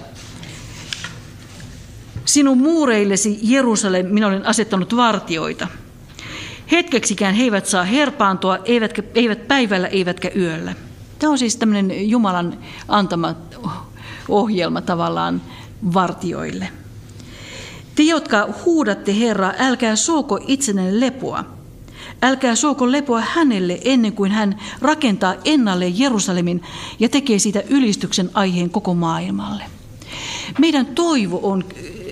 Sinun muureillesi Jerusalem minä olen asettanut vartioita. Hetkeksikään he eivät saa herpaantua, eivät päivällä eivätkä yöllä. Tämä on siis tämmöinen Jumalan antama ohjelma tavallaan vartioille. Te, jotka huudatte Herraa, älkää suoko itsenne lepoa. Älkää suoko lepoa hänelle ennen kuin hän rakentaa ennalleen Jerusalemin ja tekee siitä ylistyksen aiheen koko maailmalle. Meidän toivo on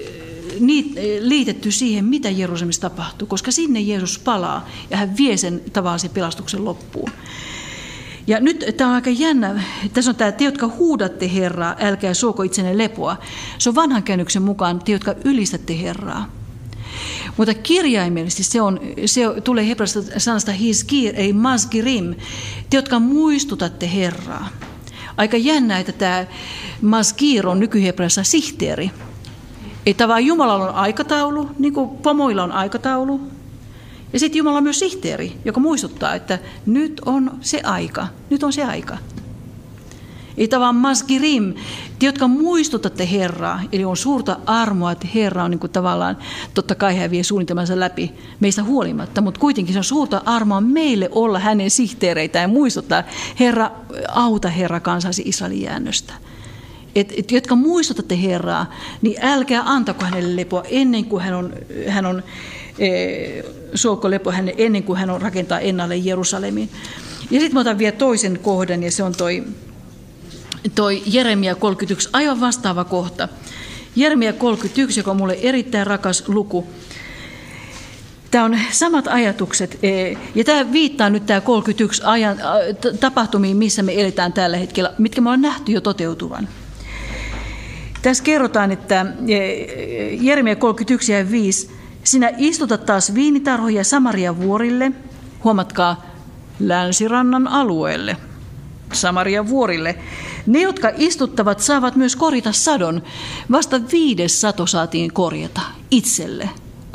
liitetty siihen, mitä Jerusalemissa tapahtuu, koska sinne Jeesus palaa ja hän vie sen tavallisen pelastuksen loppuun. Ja nyt tämä on aika jännä. Tässä on tämä, te, jotka huudatte Herraa, älkää suoko itsenne lepoa. Se on vanhan käännöksen mukaan, te, jotka ylistätte Herraa. Mutta kirjaimellisesti se tulee hebrealaisesta sanasta hiskir, ei masgirim, te, jotka muistutatte Herraa. Aika jännä, että tämä masgir on nykyhebreassa sihteeri. Että vaan Jumalalla on aikataulu, niin kuin pomoilla on aikataulu. Ja sitten Jumala on myös sihteeri, joka muistuttaa, että nyt on se aika. Nyt on se aika. Että vaan masgirim, te, jotka muistutatte Herraa, eli on suurta armoa, että Herra on niin kuin tavallaan, totta kai hän vie suunnitelmansa läpi meistä huolimatta, mutta kuitenkin se on suurta armoa meille olla hänen sihteereitään ja muistuttaa, Herra, auta Herra kansasi Israelin jäännöstä. Et jotka muistutatte Herraa, niin älkää antako hänelle lepoa ennen kuin hän on suokko lepo hänelle ennen kuin hän on rakentaa ennalle Jerusalemin. Ja sitten mä otan vielä toisen kohdan ja se on toi Jeremia 31, aivan vastaava kohta. Jeremia 31, joka on mulle erittäin rakas luku. Tämä on samat ajatukset, ja tämä viittaa nyt tämä 31 tapahtumiin, missä me eletään tällä hetkellä, mitkä me ollaan nähty jo toteutuvan. Tässä kerrotaan, että Jeremia 31 ja 5, sinä istutat taas viinitarhoja Samarian vuorille, huomatkaa, länsirannan alueelle, Samarian vuorille. Ne, jotka istuttavat, saavat myös korjata sadon. Vasta 5. sato saatiin korjata itselle.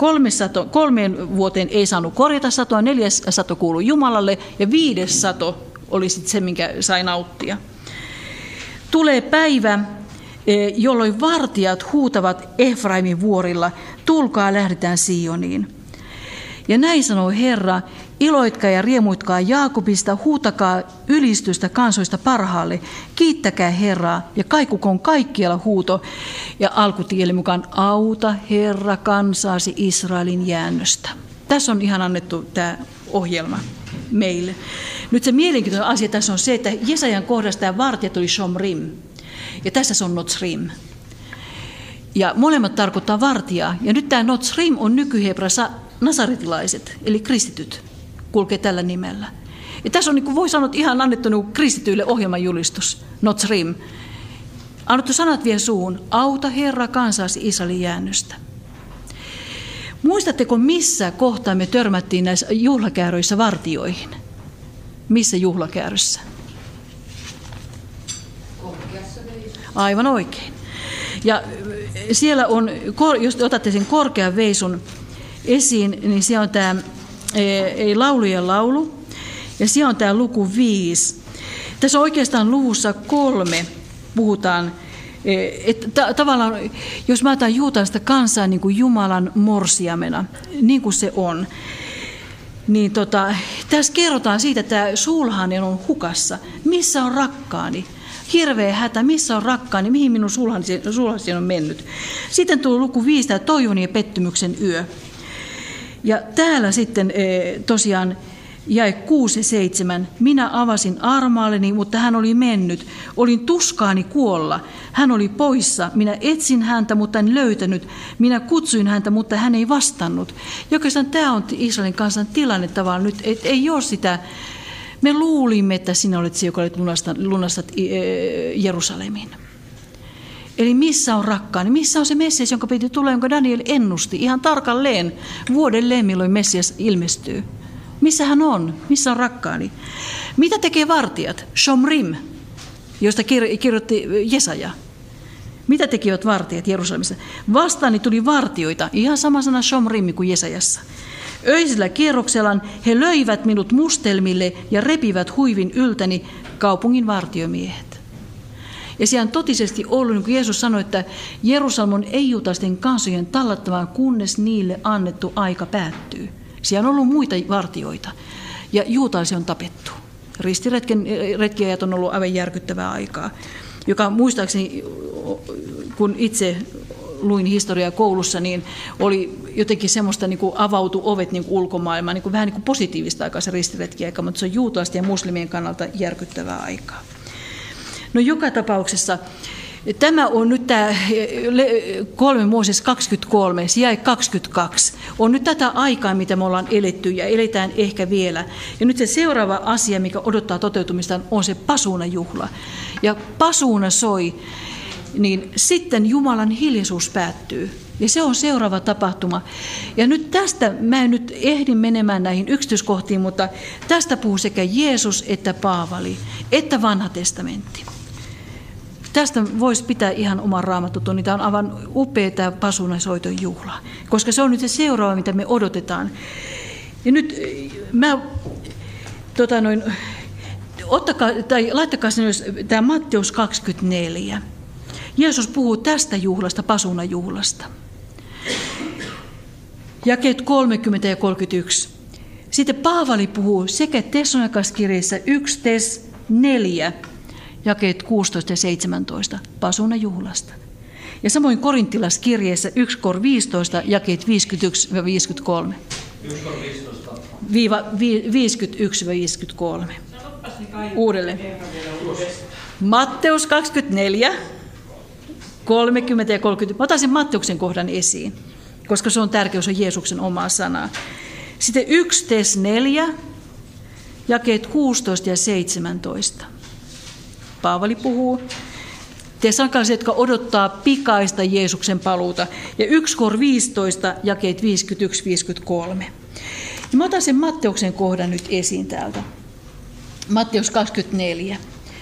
3 vuoteen ei saanut korjata satoa, 4. sato kuului Jumalalle ja 5. sato oli sitten se, minkä sai nauttia. Tulee päivä, jolloin vartijat huutavat Efraimin vuorilla, tulkaa lähdetään Sioniin. Ja näin sanoo Herra, iloitkaa ja riemuitkaa Jaakobista, huutakaa ylistystä kansoista parhaalle, kiittäkää Herraa ja kaikukoon kaikkialla huuto. Ja alkutieli mukaan, auta Herra kansaasi Israelin jäännöstä. Tässä on ihan annettu tämä ohjelma meille. Nyt se mielenkiintoinen asia tässä on se, että Jesajan kohdassa tämä vartijat oli Shomrim ja tässä se on Notsrim. Ja molemmat tarkoittaa vartijaa. Ja nyt tämä Notsrim on nykyhebrassa nasaretilaiset, eli kristityt, kulkee tällä nimellä. Ja tässä on, niin kuin voi sanoa, ihan annettu niin kristityille ohjelmanjulistus, Notsrim. Annettu sanat vie suun, auta Herra kansasi Israelin jäännöstä. Muistatteko, missä kohtaa me törmättiin näissä juhlakääröissä vartioihin? Missä juhlakäärössä? Aivan oikein. Ja siellä on, jos otatte sen korkean veisun esiin, niin siellä on tämä laulujen laulu, ja siellä on tämä luku 5. Tässä on oikeastaan luvussa 3 puhutaan, että tavallaan, jos mä otan juutalaista kansaa niin kuin Jumalan morsiamena, niin kuin se on, niin tässä kerrotaan siitä, että sulhanen on hukassa. Missä on rakkaani? Hirveä hätä, missä on rakkaani, mihin minun sulhaseni on mennyt. Sitten tuli luku 5, toivon ja pettymyksen yö. Ja täällä sitten tosiaan Jae 6 ja 7. Minä avasin armaalleni, mutta hän oli mennyt. Olin tuskaani kuolla. Hän oli poissa. Minä etsin häntä, mutta en löytänyt. Minä kutsuin häntä, mutta hän ei vastannut. Jokaisen tämä on Israelin kansan tilanne tavallaan nyt. Ei ole sitä. Me luulimme, että sinä olet se, joka olet lunastat Jerusalemin. Eli missä on rakkaani? Missä on se Messias, jonka piti tulla, jonka Daniel ennusti ihan tarkalleen vuodelleen, milloin Messias ilmestyy? Missä hän on? Missä on rakkaani? Mitä tekee vartijat? Shomrim, josta kirjoitti Jesaja. Mitä tekivät vartijat Jerusalemissa? Vastaani tuli vartioita, ihan sama sana Shomrim kuin Jesajassa. Öisellä kierroksellaan he löivät minut mustelmille ja repivät huivin yltäni, kaupungin vartiomiehet. Ja siellä on totisesti ollut, niin kuin Jeesus sanoi, että Jerusalem on ei-juutalaisten kansojen tallattamaan, kunnes niille annettu aika päättyy. Siellä on ollut muita vartioita ja juutalaisia on tapettu. Ristiretkiajat on ollut aivan järkyttävää aikaa, joka muistaakseni, kun itse luin historiaa koulussa, niin oli jotenkin semmoista niin kuin avautu ovet niin kuin ulkomaailmaan, niin kuin vähän niin kuin positiivista aikaa se ristiretkiaika, mutta se on juutalaisten ja muslimien kannalta järkyttävää aikaa. No joka tapauksessa tämä on nyt tämä 3 Mooses 23, jae 22, on nyt tätä aikaa, mitä me ollaan eletty ja eletään ehkä vielä. Ja nyt se seuraava asia, mikä odottaa toteutumista, on se pasuunajuhla. Ja pasuuna soi, niin sitten Jumalan hiljaisuus päättyy. Ja se on seuraava tapahtuma. Ja nyt tästä, mä en nyt ehdi menemään näihin yksityiskohtiin, mutta tästä puhuu sekä Jeesus että Paavali, että Vanha testamentti. Tästä voisi pitää ihan oman raamattutunnin. Tämä on aivan upea tämä pasuunasoiton juhla, koska se on nyt se seuraava, mitä me odotetaan. Ja nyt laittakaa sinne tämä Matteus 24. Jeesus puhuu tästä juhlasta, pasuunajuhlasta. Jakeet 30 ja 31. Sitten Paavali puhuu sekä Tessalonikalaiskirjeessä 1 Tes 4, jakeet 16 ja 17, pasuunajuhlasta. Ja samoin Korintilaiskirjeessä 1 Kor 15, jakeet 51 ja 53. 51-53. Uudelleen. Matteus 24, 30 ja 30. Mä otan sen Matteuksen kohdan esiin, koska se on tärkeä, se on Jeesuksen omaa sanaa. Sitten 1 Tes 4, jakeet 16 ja 17. Paavali puhuu tessalonikalaiset, jotka odottaa pikaista Jeesuksen paluuta. Ja 1 Kor 15, jakeet 51-53. Ja mä otan sen Matteuksen kohdan nyt esiin täältä. Matteus 24.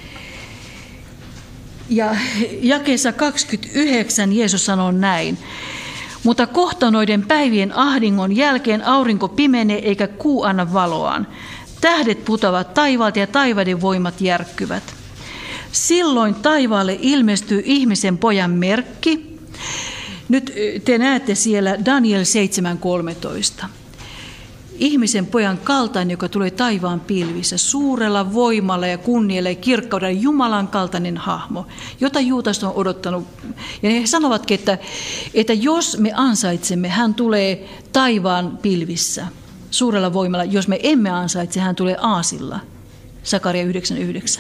Ja jakeessa 29 Jeesus sanoo näin. Mutta kohta noiden päivien ahdingon jälkeen aurinko pimenee eikä kuu anna valoaan. Tähdet putoavat taivaalta ja taivaiden voimat järkkyvät. Silloin taivaalle ilmestyy ihmisen pojan merkki. Nyt te näette siellä Daniel 7.13. Ihmisen pojan kaltainen, joka tulee taivaan pilvissä, suurella voimalla ja kunnialla ja kirkkaudella, Jumalan kaltainen hahmo, jota juutalaiset on odottanut. Ja he sanovatkin, että jos me ansaitsemme, hän tulee taivaan pilvissä, suurella voimalla. Jos me emme ansaitse, hän tulee aasilla. Sakaria 9.9.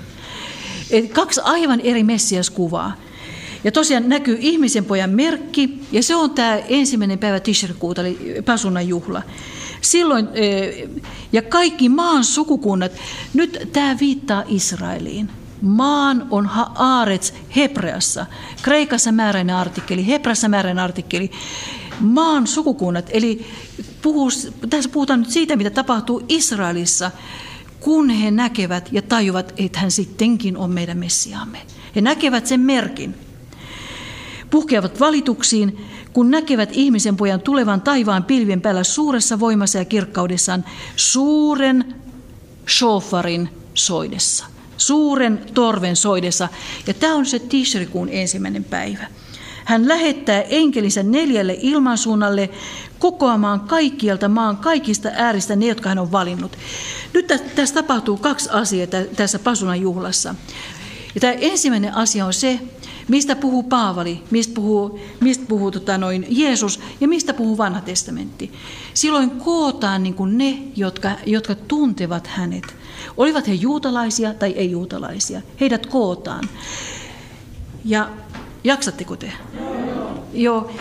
2 aivan eri Messias-kuvaa. Ja tosiaan näkyy ihmisen pojan merkki, ja se on tämä 1. päivä Tishrikuuta, eli pasuunajuhla. Silloin, ja kaikki maan sukukunnat, nyt tämä viittaa Israeliin. Maan on Haaretz Hebreassa, Kreikassa määräinen artikkeli, Hebreassa määräinen artikkeli. Maan sukukunnat, eli tässä puhutaan nyt siitä, mitä tapahtuu Israelissa, kun he näkevät ja tajuvat, että hän sittenkin on meidän Messiaamme. He näkevät sen merkin. Puhkeavat valituksiin, kun näkevät ihmisen pojan tulevan taivaan pilvien päällä suuressa voimassa ja kirkkaudessaan suuren shofarin soidessa, suuren torven soidessa. Ja tämä on se Tishrikuun 1. päivä. Hän lähettää enkelinsä 4 ilmansuunnalle kokoamaan kaikkialta maan kaikista ääristä ne, jotka hän on valinnut. Nyt tässä tapahtuu 2 asiaa tässä pasuunajuhlassa. Ja tämä ensimmäinen asia on se, Mistä puhuu Paavali, mistä puhuu Jeesus ja mistä puhuu Vanha testamentti. Silloin kootaan niin kuin ne, jotka tuntevat hänet. Olivat he juutalaisia tai ei-juutalaisia. Heidät kootaan. Ja jaksatteko te? Joo.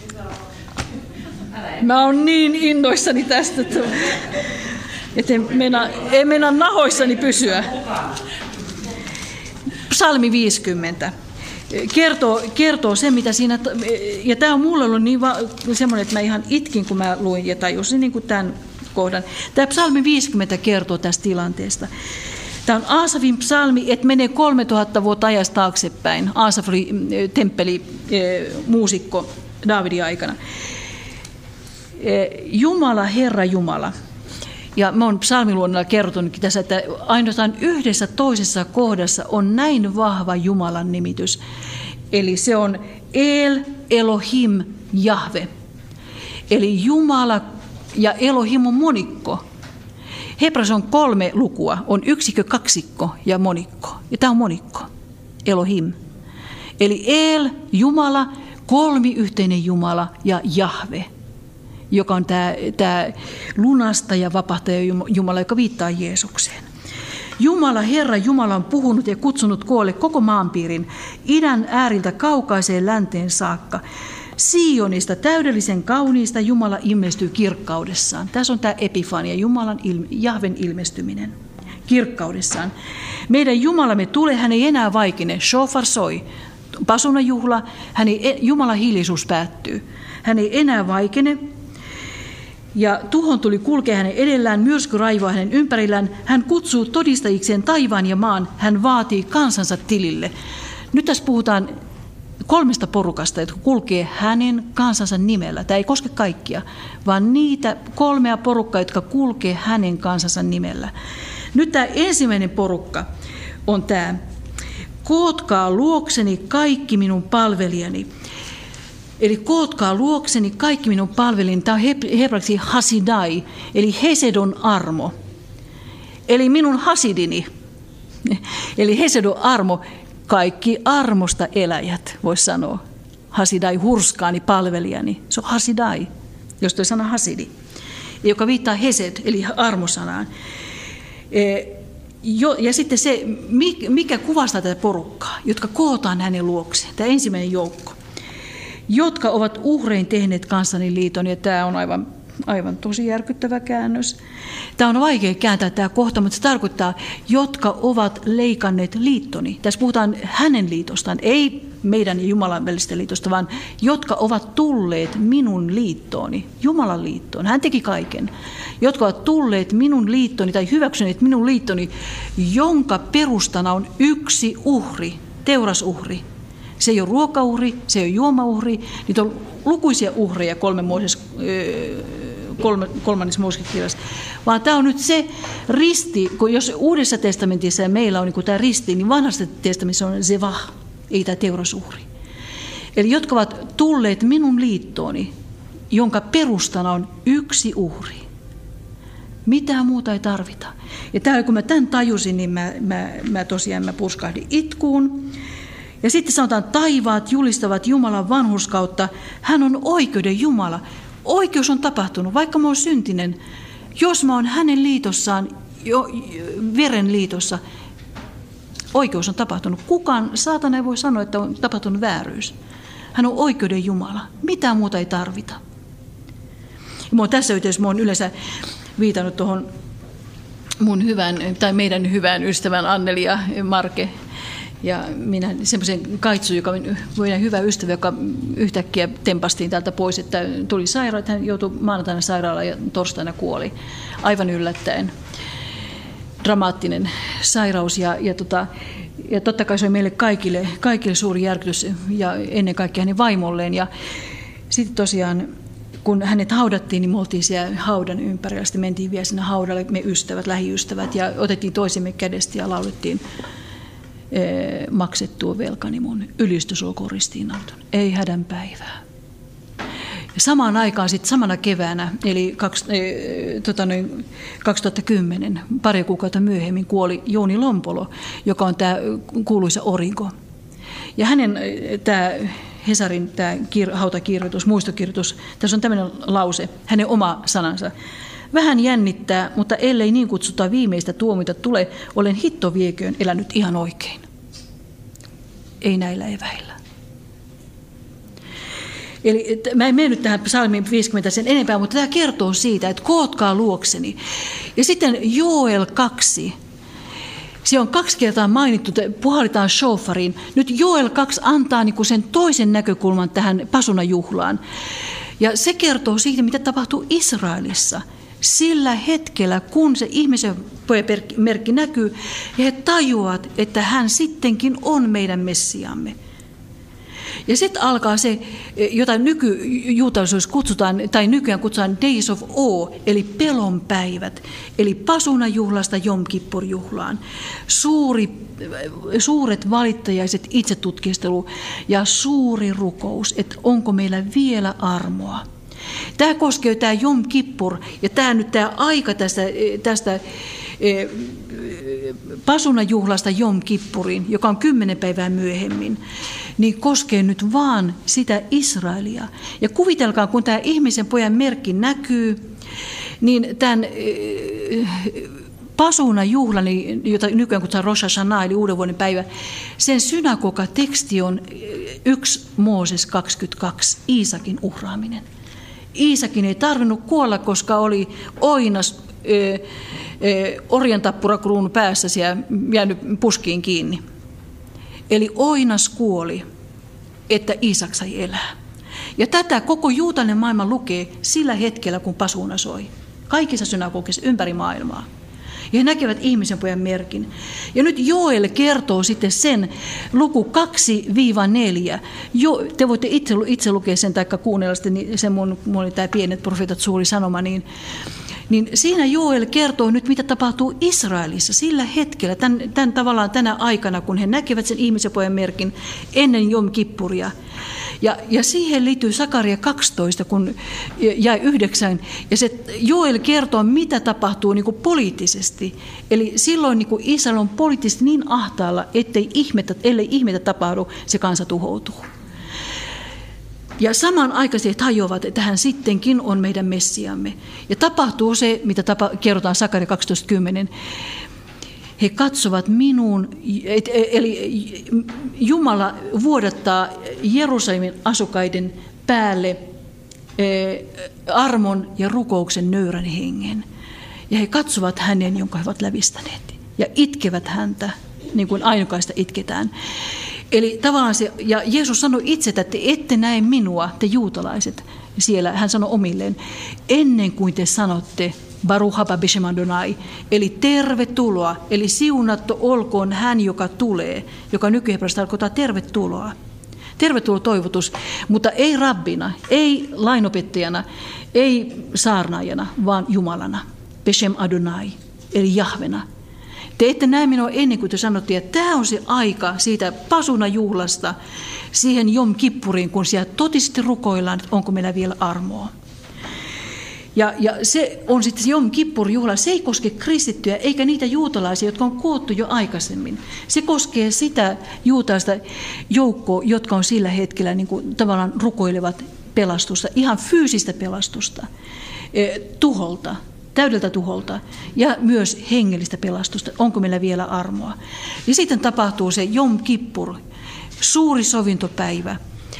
Mä oon niin innoissani tästä, että en mennä nahoissani pysyä. Psalmi 50 kertoo sen, mitä siinä, ja tämä on mulle ollut niin semmoinen, että mä ihan itkin, kun mä luin ja tajusin niin kuin tämän kohdan. Tämä psalmi 50 kertoo tästä tilanteesta. Tämä on Aasafin psalmi, että menee 3000 vuotta ajasta taaksepäin. Aasaf oli temppelimuusikko Daavidin aikana. Jumala, Herra Jumala. Ja mä oon psalmiluonnolla kertonutkin tässä, että ainoastaan yhdessä toisessa kohdassa on näin vahva Jumalan nimitys. Eli se on El, Elohim, Jahve. Eli Jumala ja Elohim on monikko. Hebreassa on 3 lukua, on yksikö, kaksikko ja monikko. Ja tämä on monikko, Elohim. Eli El, Jumala, kolmiyhteinen Jumala ja Jahve, joka on tämä lunastaja, vapahtaja Jumala, joka viittaa Jeesukseen. Jumala, Herra Jumala on puhunut ja kutsunut koolle koko maanpiirin, idän ääriltä kaukaiseen länteen saakka. Sionista täydellisen kauniista Jumala ilmestyy kirkkaudessaan. Tässä on tämä epifania, Jahven ilmestyminen kirkkaudessaan. Meidän Jumalamme tulee, hän ei enää vaikene, shofar soi, pasunajuhla, Jumalan hiljaisuus päättyy. Hän ei enää vaikene. Ja tuhon tuli kulkea hänen edellään, myrsky raivaa hänen ympärillään. Hän kutsuu todistajikseen taivaan ja maan, hän vaatii kansansa tilille. Nyt tässä puhutaan 3 porukasta, jotka kulkee hänen kansansa nimellä. Tämä ei koske kaikkia, vaan niitä 3 porukkaa, jotka kulkee hänen kansansa nimellä. Nyt tämä ensimmäinen porukka on tämä. Kootkaa luokseni kaikki minun palvelijani. Eli kootkaa luokseni kaikki minun palvelijani. Tämä on hebraksi hasidai, eli Hesedon armo. Eli minun hasidini. Eli Hesedon armo. Kaikki armosta eläjät, voisi sanoa. Hasidai, hurskaani, palvelijani. Se on hasidai, jos tuo sana hasidi, joka viittaa hesed, eli armosanaan. Ja sitten se, mikä kuvastaa tätä porukkaa, jotka kootaan hänen luokseen, tämä ensimmäinen joukko, jotka ovat uhrein tehneet kanssani liiton, ja tämä on aivan tosi järkyttävä käännös. Tämä on vaikea kääntää tämä kohta, mutta se tarkoittaa, jotka ovat leikanneet liittoni. Tässä puhutaan hänen liitostaan, ei meidän ja Jumalan välistä liitosta, vaan jotka ovat tulleet minun liittooni, Jumalan liittoon. Hän teki kaiken. Jotka ovat tulleet minun liittoni tai hyväksyneet minun liittoni, jonka perustana on yksi uhri, teurasuhri. Se ei ole ruokauhri, se ei ole juomauhri, niitä on lukuisia uhreja kolmannessa Mooseksen-kirjassa. Vaan tämä on nyt se risti, kun jos Uudessa testamentissa meillä on niin tämä risti, niin Vanhassa testamentissa on zevah, ei tämä teurasuhri. Eli jotka ovat tulleet minun liittooni, jonka perustana on yksi uhri. Mitään muuta ei tarvita. Ja täällä, kun mä tämän tajusin, niin mä purskahdin itkuun. Ja sitten sanotaan, taivaat julistavat Jumalan vanhurskautta. Hän on oikeuden Jumala. Oikeus on tapahtunut, vaikka mä oon syntinen. Jos mä oon hänen liitossaan, veren liitossa, oikeus on tapahtunut. Kukaan, saatana ei voi sanoa, että on tapahtunut vääryys. Hän on oikeuden Jumala. Mitään muuta ei tarvita. Tässä yhteydessä mä oon yleensä viitannut tuohon meidän hyvään ystävän Anneli ja Marke. Ja minä semmoisen Kaitsu, joka on meidän hyvä ystävä, joka yhtäkkiä tempastiin täältä pois, että tuli sairaala, että hän joutui maanantaina sairaalaan ja torstaina kuoli. Aivan yllättäen. Dramaattinen sairaus ja totta kai se oli meille kaikille suuri järkytys ja ennen kaikkea hänen vaimolleen. Ja sitten tosiaan, kun hänet haudattiin, niin me oltiin siellä haudan ympärillä. Sitten mentiin vielä sinne haudalle, me ystävät, lähiystävät, ja otettiin toisemme kädestä ja laulettiin maksettua velkani mun, ylistys olkoon ristiinnaulitun, ei hädän päivää. Ja samaan aikaan sitten samana keväänä, eli 2010, pari kuukautta myöhemmin kuoli Jouni Lompolo, joka on tämä kuuluisa Origo. Ja hänen tämä Hesarin tämä hautakirjoitus, muistokirjoitus, tässä on tämmöinen lause, hänen oma sanansa. Vähän jännittää, mutta ellei niin kutsuta viimeistä tuomita tule, olen hitto vieköön elänyt ihan oikein. Ei näillä eväillä. Eli mä en mennyt tähän psalmiin 50 sen enempää, mutta tämä kertoo siitä, että kootkaa luokseni. Ja sitten Joel 2. Se on 2 kertaa mainittu, puhallitaan shofariin. Nyt Joel 2 antaa niin kuin sen toisen näkökulman tähän pasunajuhlaan. Ja se kertoo siitä, mitä tapahtuu Israelissa. Sillä hetkellä, kun se ihmisen merkki näkyy, ja he tajuavat, että hän sittenkin on meidän Messiamme. Ja sitten alkaa se, jota nykyjuutalaisuudessa kutsutaan, tai nykyään kutsutaan Days of Awe, eli pelonpäivät, eli pasunajuhlasta Jom Kippur-juhlaan. Suuret valittajaiset itsetutkistelu ja suuri rukous, että onko meillä vielä armoa. Tämä koskee tämä Jom Kippur, ja tämä aika tästä pasunajuhlasta Jom Kippuriin, joka on 10 päivää myöhemmin, niin koskee nyt vaan sitä Israelia. Ja kuvitelkaa, kun tämä ihmisen pojan merkki näkyy, niin tämän pasunajuhlan, jota nykyään kutsutaan Rosh Hashanah, eli uuden vuoden päivä, sen synagogateksti on 1 Mooses 22, Iisakin uhraaminen. Iisakin ei tarvinnut kuolla, koska oli oinas orjantappura-kruunu päässä ja jäänyt puskiin kiinni. Eli oinas kuoli, että Iisak sai elää. Ja tätä koko juutalainen maailma lukee sillä hetkellä, kun pasuna soi. Kaikissa synagogissa ympäri maailmaa. Ja he näkevät ihmisen pojan merkin. Ja nyt Joel kertoo sitten sen luku 2-4. Te voitte itse lukea sen tai kuunnella sen mun oli tämä Pienet profeetat suuri sanoma, niin siinä Joel kertoo nyt, mitä tapahtuu Israelissa sillä hetkellä, tämän tavallaan tänä aikana, kun he näkevät sen ihmisen pojan merkin ennen Jom Kippuria. Ja siihen liittyy Sakaria 12, kun jäi 9, ja se Joel kertoo, mitä tapahtuu niin kuin poliittisesti. Eli silloin niin kuin Israel on poliittisesti niin ahtaalla, ellei ihmettä tapahdu, se kansa tuhoutuu. Ja samanaikaisesti he tajuavat, että hän sittenkin on meidän Messiamme. Ja tapahtuu se, mitä kerrotaan Sakaria 12:10. He katsovat minuun, eli Jumala vuodattaa Jerusalemin asukkaiden päälle armon ja rukouksen nöyrän hengen. Ja he katsovat hänen, jonka he ovat lävistäneet, ja itkevät häntä, niin kuin ainokaista itketään. Eli tavallaan ja Jeesus sanoi itse, että te ette näe minua, te juutalaiset, siellä. Hän sanoi omilleen, ennen kuin te sanotte, Baruch haba b'shem Adonai, eli tervetuloa, eli siunattu olkoon hän, joka tulee, joka nykyhebraiseksi tarkoittaa tervetuloa. Tervetuloa toivotus, mutta ei rabbina, ei lainopettajana, ei saarnaajana, vaan Jumalana, b'shem Adonai, eli Jahvena. Te ette näe minua ennen kuin te sanotte, että tämä on se aika siitä pasunajuhlasta siihen Jom Kippuriin, kun siellä totisesti rukoillaan, että onko meillä vielä armoa. Ja se on sitten se Jom Kippur-juhla, se ei koske kristittyjä eikä niitä juutalaisia, jotka on koottu jo aikaisemmin. Se koskee sitä juutalaista joukkoa, jotka on sillä hetkellä niin kuin tavallaan rukoilevat pelastusta, ihan fyysistä pelastusta, tuholta, täydeltä tuholta ja myös hengellistä pelastusta. Onko meillä vielä armoa? Ja sitten tapahtuu se Jom Kippur, suuri sovintopäivä,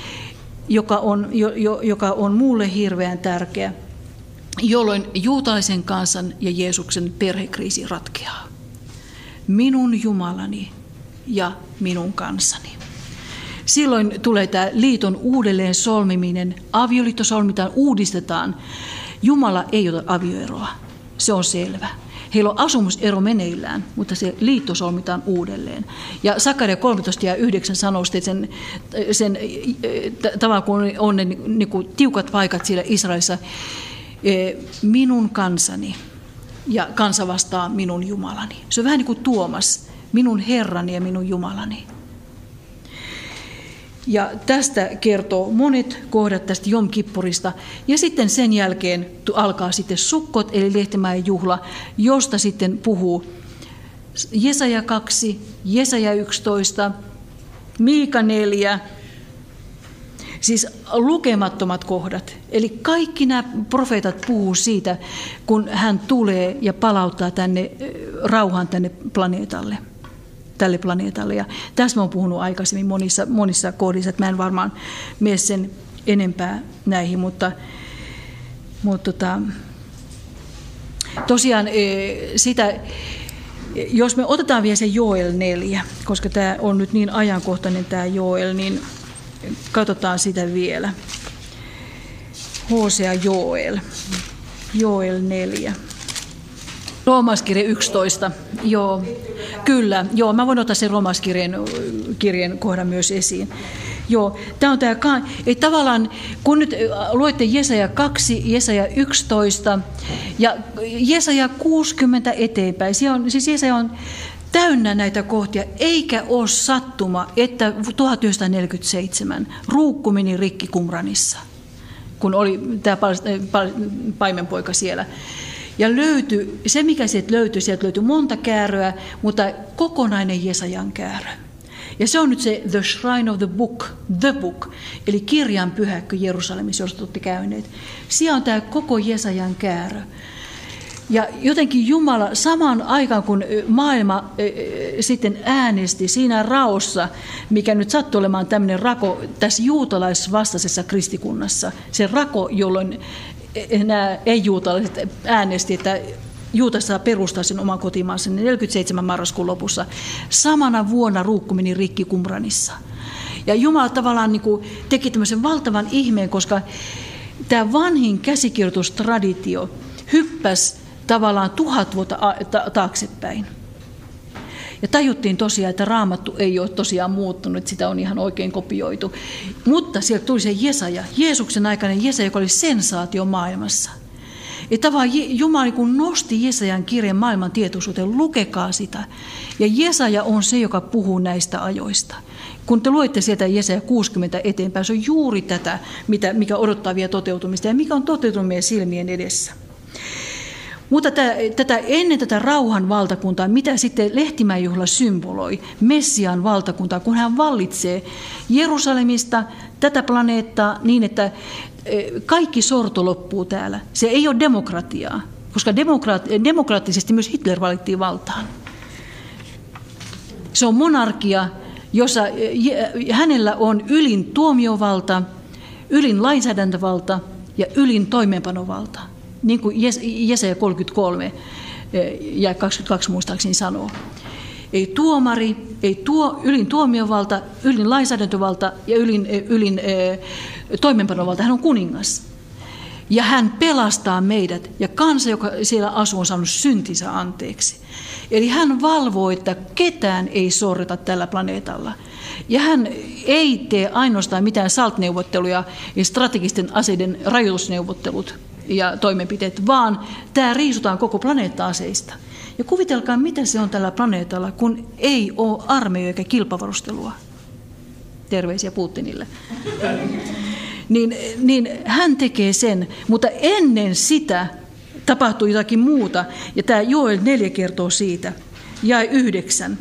joka on mulle hirveän tärkeä, jolloin juutalaisen kansan ja Jeesuksen perhekriisi ratkeaa. Minun Jumalani ja minun kansani. Silloin tulee tämä liiton uudelleen solmiminen, avioliitto solmitaan, uudistetaan. Jumala ei ota avioeroa, se on selvä. Heillä on asumusero meneillään, mutta se liitto solmitaan uudelleen. Ja Sakaria 13:9 sanoo sen tavallaan, kun on ne niin kuin tiukat paikat siellä Israelissa, minun kansani ja kansa vastaa minun Jumalani. Se on vähän niin kuin Tuomas, minun Herrani ja minun Jumalani. Ja tästä kertoo monet kohdat tästä Jom Kippurista. Ja sitten sen jälkeen alkaa sitten Sukkot, eli Lehtimäen juhla, josta sitten puhuu Jesaja 2, Jesaja 11, Miika 4, siis lukemattomat kohdat. Eli kaikki nämä profeetat puhuu siitä, kun hän tulee ja palauttaa rauhan tälle planeetalle. Ja tässä mä oon puhunut aikaisemmin monissa kohdissa, että mä en varmaan mene sen enempää näihin, mutta tosiaan sitä, jos me otetaan vielä se Joel 4, koska tämä on nyt niin ajankohtainen tämä Joel, niin katsotaan sitä vielä. Hosea Joel 4. Roomalaiskirje 11. Joo, kyllä. Joo, mä voin ottaa sen Roomalaiskirjeen kohdan myös esiin. Joo, tämä on tämä, tavallaan kun nyt luette Jesaja 2, Jesaja 11 ja Jesaja 60 eteenpäin, siis Jesaja on täynnä näitä kohtia, eikä ole sattuma, että 1947 ruukku meni rikki Qumranissa, kun oli tämä paimenpoika siellä. Ja se mikä sieltä löytyi monta kääröä, mutta kokonainen Jesajan käärö. Ja se on nyt se The Shrine of the Book, eli kirjan pyhäkkö Jerusalemissa, josta olette käyneet. Siellä on tämä koko Jesajan käärö. Ja jotenkin Jumala samaan aikaan, kun maailma sitten äänesti siinä raossa, mikä nyt sattui olemaan tämmöinen rako tässä juutalaisvastaisessa kristikunnassa, se rako, jolloin nämä ei-juutalaiset äänesti, että Juuta saa perustaa sen oman kotimaansa 47. marraskuun lopussa. Samana vuonna ruukku meni rikki Qumranissa. Ja Jumala tavallaan niin kuin teki tämmöisen valtavan ihmeen, koska tämä vanhin käsikirjoitustraditio hyppäsi tavallaan 1000 vuotta taaksepäin. Ja tajuttiin tosiaan, että Raamattu ei ole tosiaan muuttunut, että sitä on ihan oikein kopioitu. Mutta sieltä tuli se Jesaja, Jeesuksen aikainen Jesaja, joka oli sensaatio maailmassa. Ja tavallaan Jumala kun nosti Jesajan kirjan maailman tietoisuuteen, lukekaa sitä. Ja Jesaja on se, joka puhuu näistä ajoista. Kun te luette sieltä Jesaja 60 eteenpäin, se on juuri tätä, mikä odottaa vielä toteutumista ja mikä on toteutunut meidän silmien edessä. Mutta ennen tätä rauhan valtakuntaa, mitä sitten Lehtimäen juhla symboloi, Messiaan valtakuntaa, kun hän vallitsee Jerusalemista tätä planeettaa niin, että kaikki sorto loppuu täällä. Se ei ole demokratiaa, koska demokraattisesti myös Hitler valittiin valtaan. Se on monarkia, jossa hänellä on ylin tuomiovalta, ylin lainsäädäntövalta ja ylin toimeenpanovalta. Niin kuin Jesaja 33 ja 22 muistaakseni sanoo. Ei tuomari, ylin tuomiovalta, ylin lainsäädäntövalta ja ylin toimeenpanovalta. Hän on kuningas. Ja hän pelastaa meidät ja kansa, joka siellä asuu, on saanut syntinsä anteeksi. Eli hän valvoo, että ketään ei sorreta tällä planeetalla. Ja hän ei tee ainoastaan mitään SALT-neuvotteluja ja strategisten aseiden rajoitusneuvottelut ja toimenpiteet, vaan tämä riisutaan koko planeetta-aseista. Ja kuvitelkaa, mitä se on tällä planeetalla, kun ei ole armeijoja eikä kilpavarustelua. Terveisiä Putinille. Niin hän tekee sen, mutta ennen sitä tapahtui jotakin muuta. Ja tämä Joel 4 kertoo siitä. Jae 9.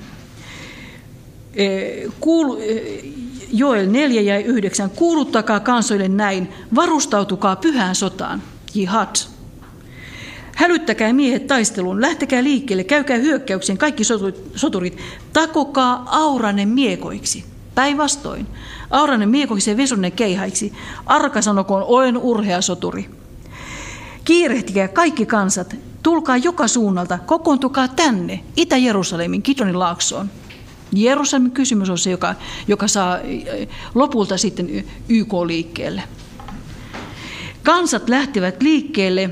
Joel 4 jae 9. Kuuluttakaa kansoille näin, varustautukaa pyhään sotaan. Jihad. Hälyttäkää miehet taisteluun, lähtekää liikkeelle, käykää hyökkäykseen kaikki soturit, takokaa auranne miekoiksi. Päinvastoin, auranne miekoiksi ja vesonne keihaiksi, arka sanokoon, olen urhea soturi. Kiirehtikää kaikki kansat, tulkaa joka suunnalta, kokoontukaa tänne, Itä-Jerusalemin, Kidronin laaksoon. Jerusalemin kysymys on se, joka saa lopulta sitten YK liikkeelle. Kansat lähtevät liikkeelle,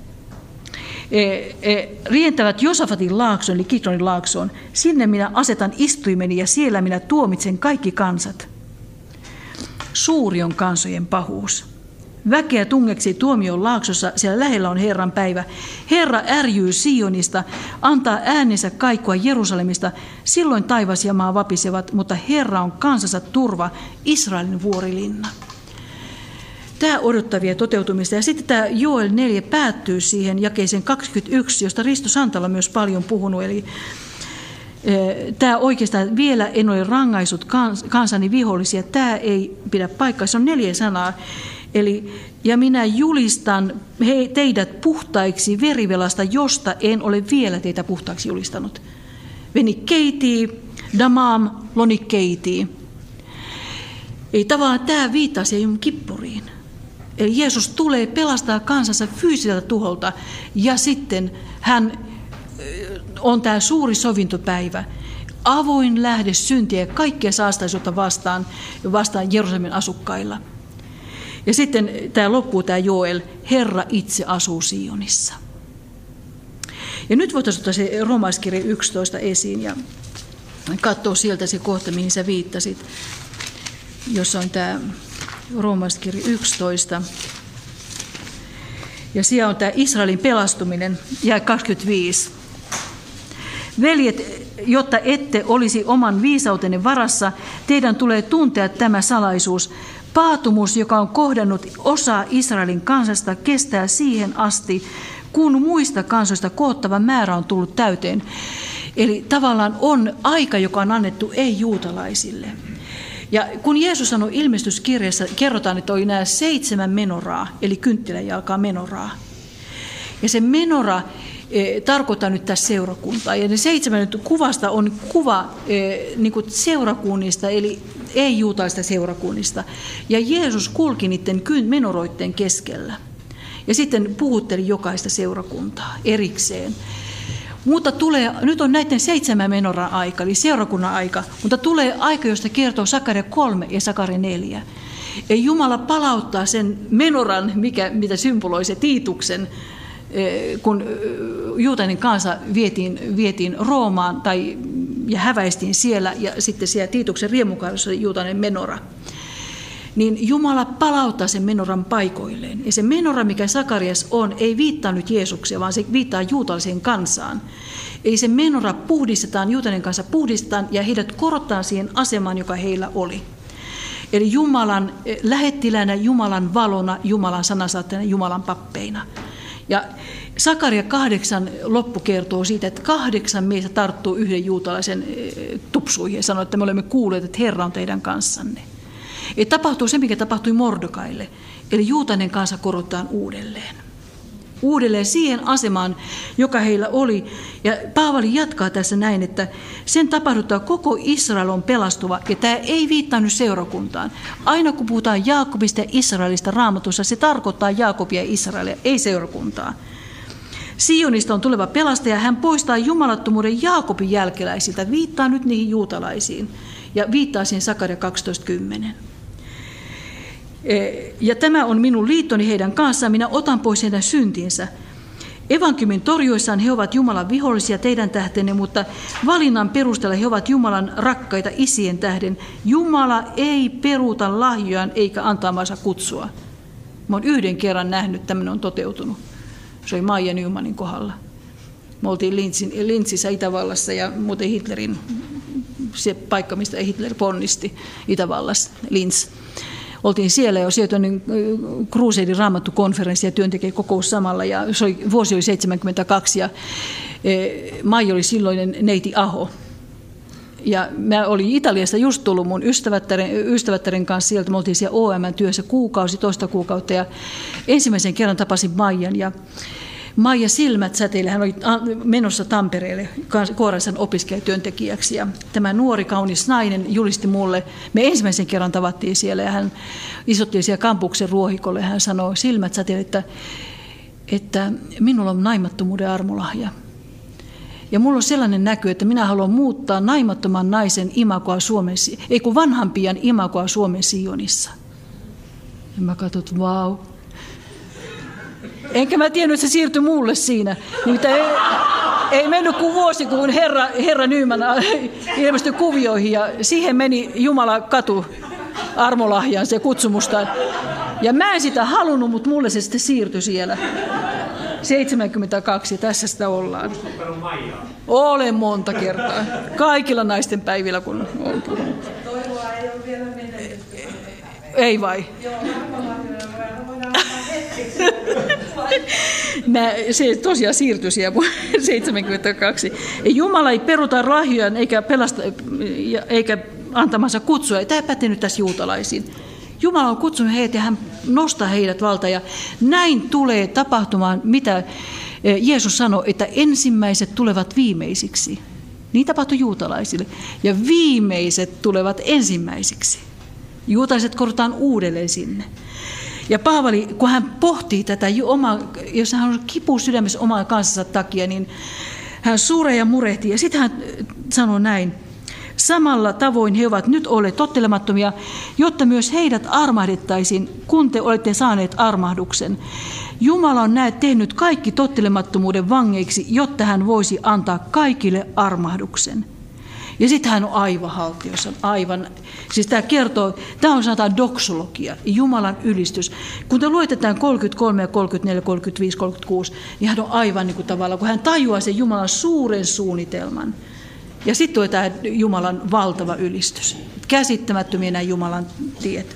rientävät Josafatin laaksoon, eli Kidronin laaksoon. Sinne minä asetan istuimeni ja siellä minä tuomitsen kaikki kansat. Suuri on kansojen pahuus. Väkeä tungeksi tuomion laaksossa, siellä lähellä on Herran päivä. Herra ärjyy Sionista, antaa äänensä kaikua Jerusalemista. Silloin taivas ja maa vapisevat, mutta Herra on kansansa turva, Israelin vuorilinna. Tämä odottaa vielä toteutumista. Ja sitten tämä Joel 4 päättyy siihen jakeeseen 21, josta Risto Santala on myös paljon puhunut. tämä oikeastaan vielä en ole rangaissut kansani vihollisia. Tämä ei pidä paikkaa. Se on 4 sanaa. Eli, ja minä julistan teidät puhtaiksi verivelasta, josta en ole vielä teitä puhtaaksi julistanut. Veni keiti, damam, loni keiti. Ei tavallaan tämä viittaa siihen Jom Kippuriin. Eli Jeesus tulee pelastaa kansansa fyysiseltä tuholta ja sitten hän on tämä suuri sovintopäivä. Avoin lähde syntiä ja kaikkea saastaisuutta vastaan Jerusalemin asukkailla. Ja sitten tämä loppuu tämä Joel, Herra itse asuu Sionissa. Ja nyt voitaisiin ottaa se Roomalaiskirja 11 esiin ja katsoa sieltä se kohta, mihin sä viittasit, jossa on tämä Roomalaiskirja 11. Ja siellä on tämä Israelin pelastuminen, jae 25. Veljet, jotta ette olisi oman viisautenne varassa, teidän tulee tuntea tämä salaisuus. Paatumus, joka on kohdannut osa Israelin kansasta, kestää siihen asti, kun muista kansoista koottava määrä on tullut täyteen. Eli tavallaan on aika, joka on annettu ei-juutalaisille. Ja kun Jeesus sanoi ilmestyskirjassa, kerrotaan, että oli nämä 7 menoraa, eli kynttiläjalkaa menoraa. Ja se menora tarkoittaa nyt tässä seurakuntaa. Ja ne 7 kuvasta on kuva niin kuin seurakunnista, eli ei-juutalaisista seurakunnista. Ja Jeesus kulki niiden menoroiden keskellä. Ja sitten puhutteli jokaista seurakuntaa erikseen. Mutta nyt on näiden 7 menoran aika, eli seurakunnan aika, mutta tulee aika, josta kertoo Sakaria 3 ja Sakaria 4. Ja Jumala palauttaa sen menoran, mitä symboloi se Tiituksen, kun juutalainen kansa vietiin Roomaan ja häväistiin siellä, ja sitten siellä Tiituksen riemukaudessa oli juutalainen menora. Niin Jumala palauttaa sen menoran paikoilleen. Ja se menora, mikä Sakarias on, ei viittaa nyt Jeesukseen, vaan se viittaa juutalaiseen kansaan. Eli se menora puhdistetaan, juutalainen kansa puhdistetaan ja heidät korotetaan siihen asemaan, joka heillä oli. Eli Jumalan lähettilänä, Jumalan valona, Jumalan sanasaattajana, Jumalan pappeina. Ja Sakaria 8 loppu kertoo siitä, että 8 miestä tarttuu yhden juutalaisen tupsuihin ja sanoo, että me olemme kuulleet, että Herra on teidän kanssanne. Eli tapahtuu se, mikä tapahtui Mordokaille. Eli juutalainen kansa korotetaan uudelleen. Uudelleen siihen asemaan, joka heillä oli. Ja Paavali jatkaa tässä näin, että sen tapahduttaa koko Israel on pelastuva. Ja tämä ei viittaa nyt seurakuntaan. Aina kun puhutaan Jaakobista ja Israelista Raamatussa, se tarkoittaa Jaakobia ja Israelia, ei seurakuntaa. Sionista on tuleva pelastaja, hän poistaa jumalattomuuden Jaakobin jälkeläisiltä. Viittaa nyt niihin juutalaisiin ja viittaa siihen Sakaria 12.10. Ja tämä on minun liittoni heidän kanssaan, minä otan pois heidän syntinsä. Evankeliumin torjuessaan he ovat Jumalan vihollisia teidän tähtenne, mutta valinnan perusteella he ovat Jumalan rakkaita isien tähden. Jumala ei peruuta lahjojaan eikä antamaansa kutsua. Mä oon yhden kerran nähnyt, että tämmöinen on toteutunut. Se oli Maija Nymanin kohdalla. Me oltiin Lintsissä Itävallassa ja muuten Hitlerin, se paikka, mistä Hitler ponnisti Itävallassa, Linz. Oltiin siellä jo sieltä Crusadin raamattukonferenssi ja työntekijäkokous samalla. Ja vuosi oli 1972 ja Maija oli silloinen neiti Aho. Ja mä olin Italiasta just tullut mun ystävättären kanssa sieltä. Me oltiin siellä OM-työssä toista kuukautta ja ensimmäisen kerran tapasin Maijan. Ja Maija silmät säteille, hän oli menossa Tampereelle Kooransan opiskelijatyöntekijäksi ja tämä nuori kaunis nainen julisti mulle, me ensimmäisen kerran tavattiin siellä ja hän istuttiin siellä kampuksen ruohikolle ja hän sanoi silmät säteille, että minulla on naimattomuuden armolahja. Ja mulla on sellainen näky, että minä haluan muuttaa naimattoman naisen imagoa vanhan pian imagoa Suomen Sionissa. Ja mä katsoin, että vau. Enkä mä tiennyt, että se siirtyi mulle siinä. Ei mennyt kuin vuosi, kun herra Nyman ilmestyi kuvioihin ja siihen meni Jumala katu armolahjansa ja kutsumustaan. Ja mä en sitä halunnut, mutta mulle se sitten siirtyi siellä. 72, tässä sitä ollaan. Olen monta kertaa. Kaikilla naisten päivillä, kun on puhunut. Toivoa ei ole vielä menetetty. Ei vai? Joo, Se tosiaan siirtyi siellä 72. Jumala ei peruta lahjojaan eikä antamansa kutsua. Tämä pätee nyt tässä juutalaisiin. Jumala on kutsunut heidät ja hän nostaa heidät valtaan. Ja näin tulee tapahtumaan, mitä Jeesus sanoi, että ensimmäiset tulevat viimeisiksi. Niin tapahtui juutalaisille. Ja viimeiset tulevat ensimmäisiksi. Juutalaiset korotaan uudelleen sinne. Ja Paavali, kun hän pohtii tätä, jos hän on kipu sydämessä oman kansansa takia, niin hän suree ja murehtii. Ja sitten hän sanoi näin. Samalla tavoin he ovat nyt olleet tottelemattomia, jotta myös heidät armahdettaisiin, kun te olette saaneet armahduksen. Jumala on tehnyt kaikki tottelemattomuuden vangeiksi, jotta hän voisi antaa kaikille armahduksen. Ja sitten hän on aivan haltiossa, siis tämä on sanotaan doksologia, Jumalan ylistys. Kun te luetetaan 33 ja 34, 35, 36, niin hän on aivan niin kuin tavallaan, kun hän tajuaa sen Jumalan suuren suunnitelman. Ja sitten tulee tämä Jumalan valtava ylistys. Käsittämättömiä nämä Jumalan tiet.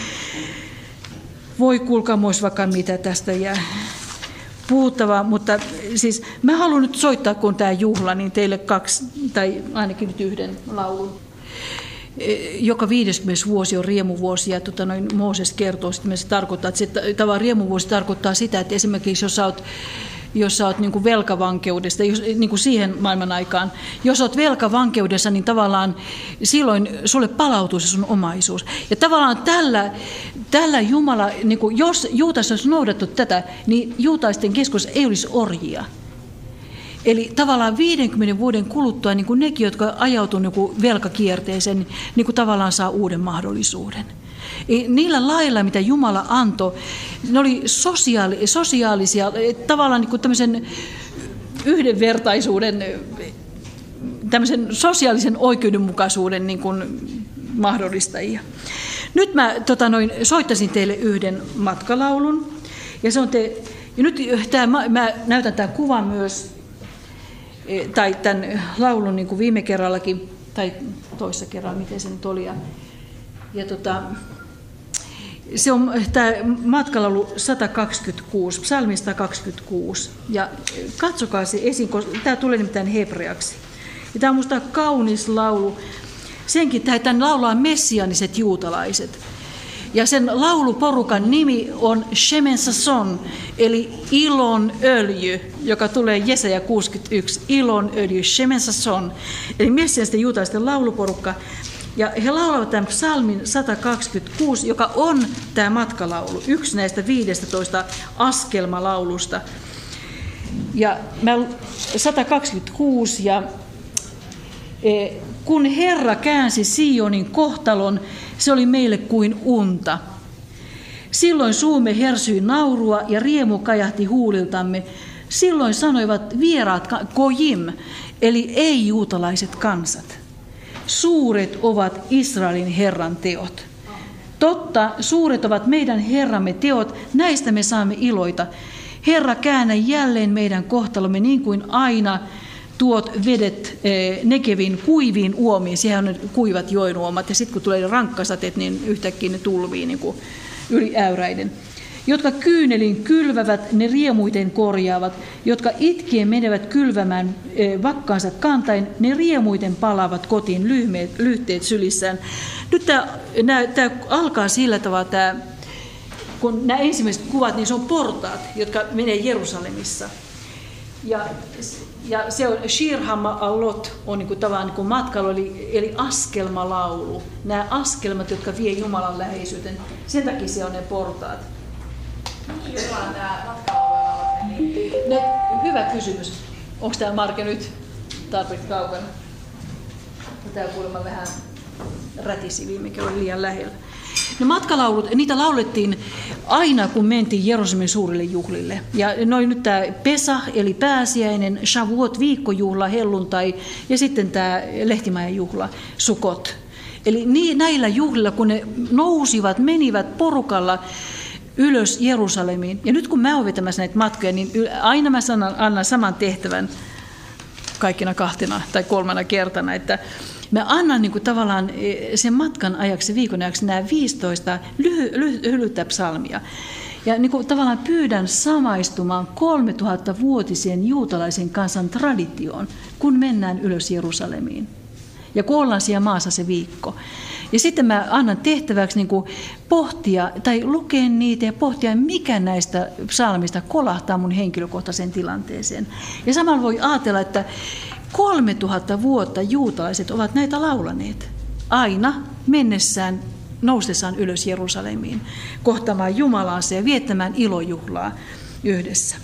Voi kuulkaa muista vaikka mitä tästä jää puhuttavaa, mutta siis mä haluan nyt soittaa, kun tämä juhla, niin teille 2 tai ainakin nyt 1 laulun. Joka 50 vuosi on riemuvuosi ja Mooses kertoo, että se tarkoittaa, että se riemuvuosi tarkoittaa sitä, että esimerkiksi jos sä oot niin kuin velkavankeudesta, niin kuin siihen maailman aikaan, jos oot velkavankeudessa, niin tavallaan silloin sulle palautuu se sun omaisuus. Ja tavallaan tällä Jumala, niin kuin jos juutalaisissa olisi noudattu tätä, niin juutalaisten keskuudessa ei olisi orjia. Eli tavallaan 50 vuoden kuluttua niin kuin nekin, jotka ajautuivat niin velkakierteeseen, niin kuin tavallaan saa uuden mahdollisuuden. Niillä lailla, mitä Jumala antoi, ne oli sosiaalisia, tavallaan niin kuin tämmöisen yhdenvertaisuuden, tämmöisen sosiaalisen oikeudenmukaisuuden niin kuin mahdollistajia. Nyt mä soittaisin teille 1 matkalaulun, ja se on ja nyt mä näytän tämän kuvan myös, tai tämän laulun niin kuin viime kerrallakin, tai toissa kerralla, miten se nyt oli. Se on tämä matkalaulu 126, psalmi 126. Ja katsokaa se esiin, koska tämä tulee nimittäin hebreaksi. Ja tämä on minusta kaunis laulu. Senkin tämän laulaa messianiset juutalaiset. Ja sen lauluporukan nimi on Shemen Sasson, eli ilon öljy, joka tulee Jesaja 61, ilon öljy, Shemen Sasson. Eli messianisten juutalaisten lauluporukka. Ja he laulavat tämän psalmin 126, joka on tämä matkalaulu, 1 näistä 15 askelmalaulusta. Ja 126, ja kun Herra käänsi Sionin kohtalon, se oli meille kuin unta. Silloin suumme hersyi naurua ja riemu kajahti huuliltamme. Silloin sanoivat vieraat gojim, eli ei-juutalaiset kansat. Suuret ovat Israelin Herran teot. Totta, suuret ovat meidän Herramme teot, näistä me saamme iloita. Herra, käännä jälleen meidän kohtalomme niin kuin aina tuot vedet Negevin kuiviin uomiin. Siihen on kuivat joenuomat ja sitten kun tulee rankkasateet, niin yhtäkkiä ne tulvii niin kuin yliäyräiden. Jotka kyynelin kylvävät, ne riemuiten korjaavat. Jotka itkien menevät kylvämään vakkaansa kantain, ne riemuiten palaavat kotiin lyhteet sylissään. Nyt tämä alkaa sillä tavalla, kun nämä ensimmäiset kuvat, niin se on portaat, jotka menee Jerusalemissa. Ja se on Shir HaMa'alot on niin kuin tavallaan niin kuin matkailu, eli askelmalaulu. Nämä askelmat, jotka vie Jumalan läheisyyteen, sen takia se on ne portaat. Jumalan tämä matkailu. Hyvä kysymys. Onko tämä Marke nyt tarpeeksi kaukana? Tämä kuulemma vähän rätisi viime kerralla liian lähellä. Ne matkalaulut, niitä laulettiin aina, kun mentiin Jerusalemin suurille juhlille. Ja nyt tämä Pesach, eli pääsiäinen, Shavuot, viikkojuhla, helluntai ja sitten tämä lehtimäen juhla, Sukot. Eli näillä juhlilla, kun ne nousivat, menivät porukalla ylös Jerusalemiin. Ja nyt kun mä oon vetämässä näitä matkoja, niin aina mä annan saman tehtävän kaikkina 2 tai 3 kertana, että mä annan niin kuin tavallaan sen matkan ajaksi, viikon ajaksi nämä 15 lyhyttä psalmia. Ja niin kuin tavallaan pyydän samaistumaan 3000-vuotisen juutalaisen kansan traditioon, kun mennään ylös Jerusalemiin. Ja kun ollaan siellä maassa se viikko. Ja sitten mä annan tehtäväksi niin kuin pohtia tai lukea niitä ja pohtia, mikä näistä psalmista kolahtaa mun henkilökohtaiseen tilanteeseen. Ja samalla voi ajatella, että 3000 vuotta juutalaiset ovat näitä laulaneet aina mennessään, noustessaan ylös Jerusalemiin, kohtaamaan Jumalaansa ja viettämään ilojuhlaa yhdessä.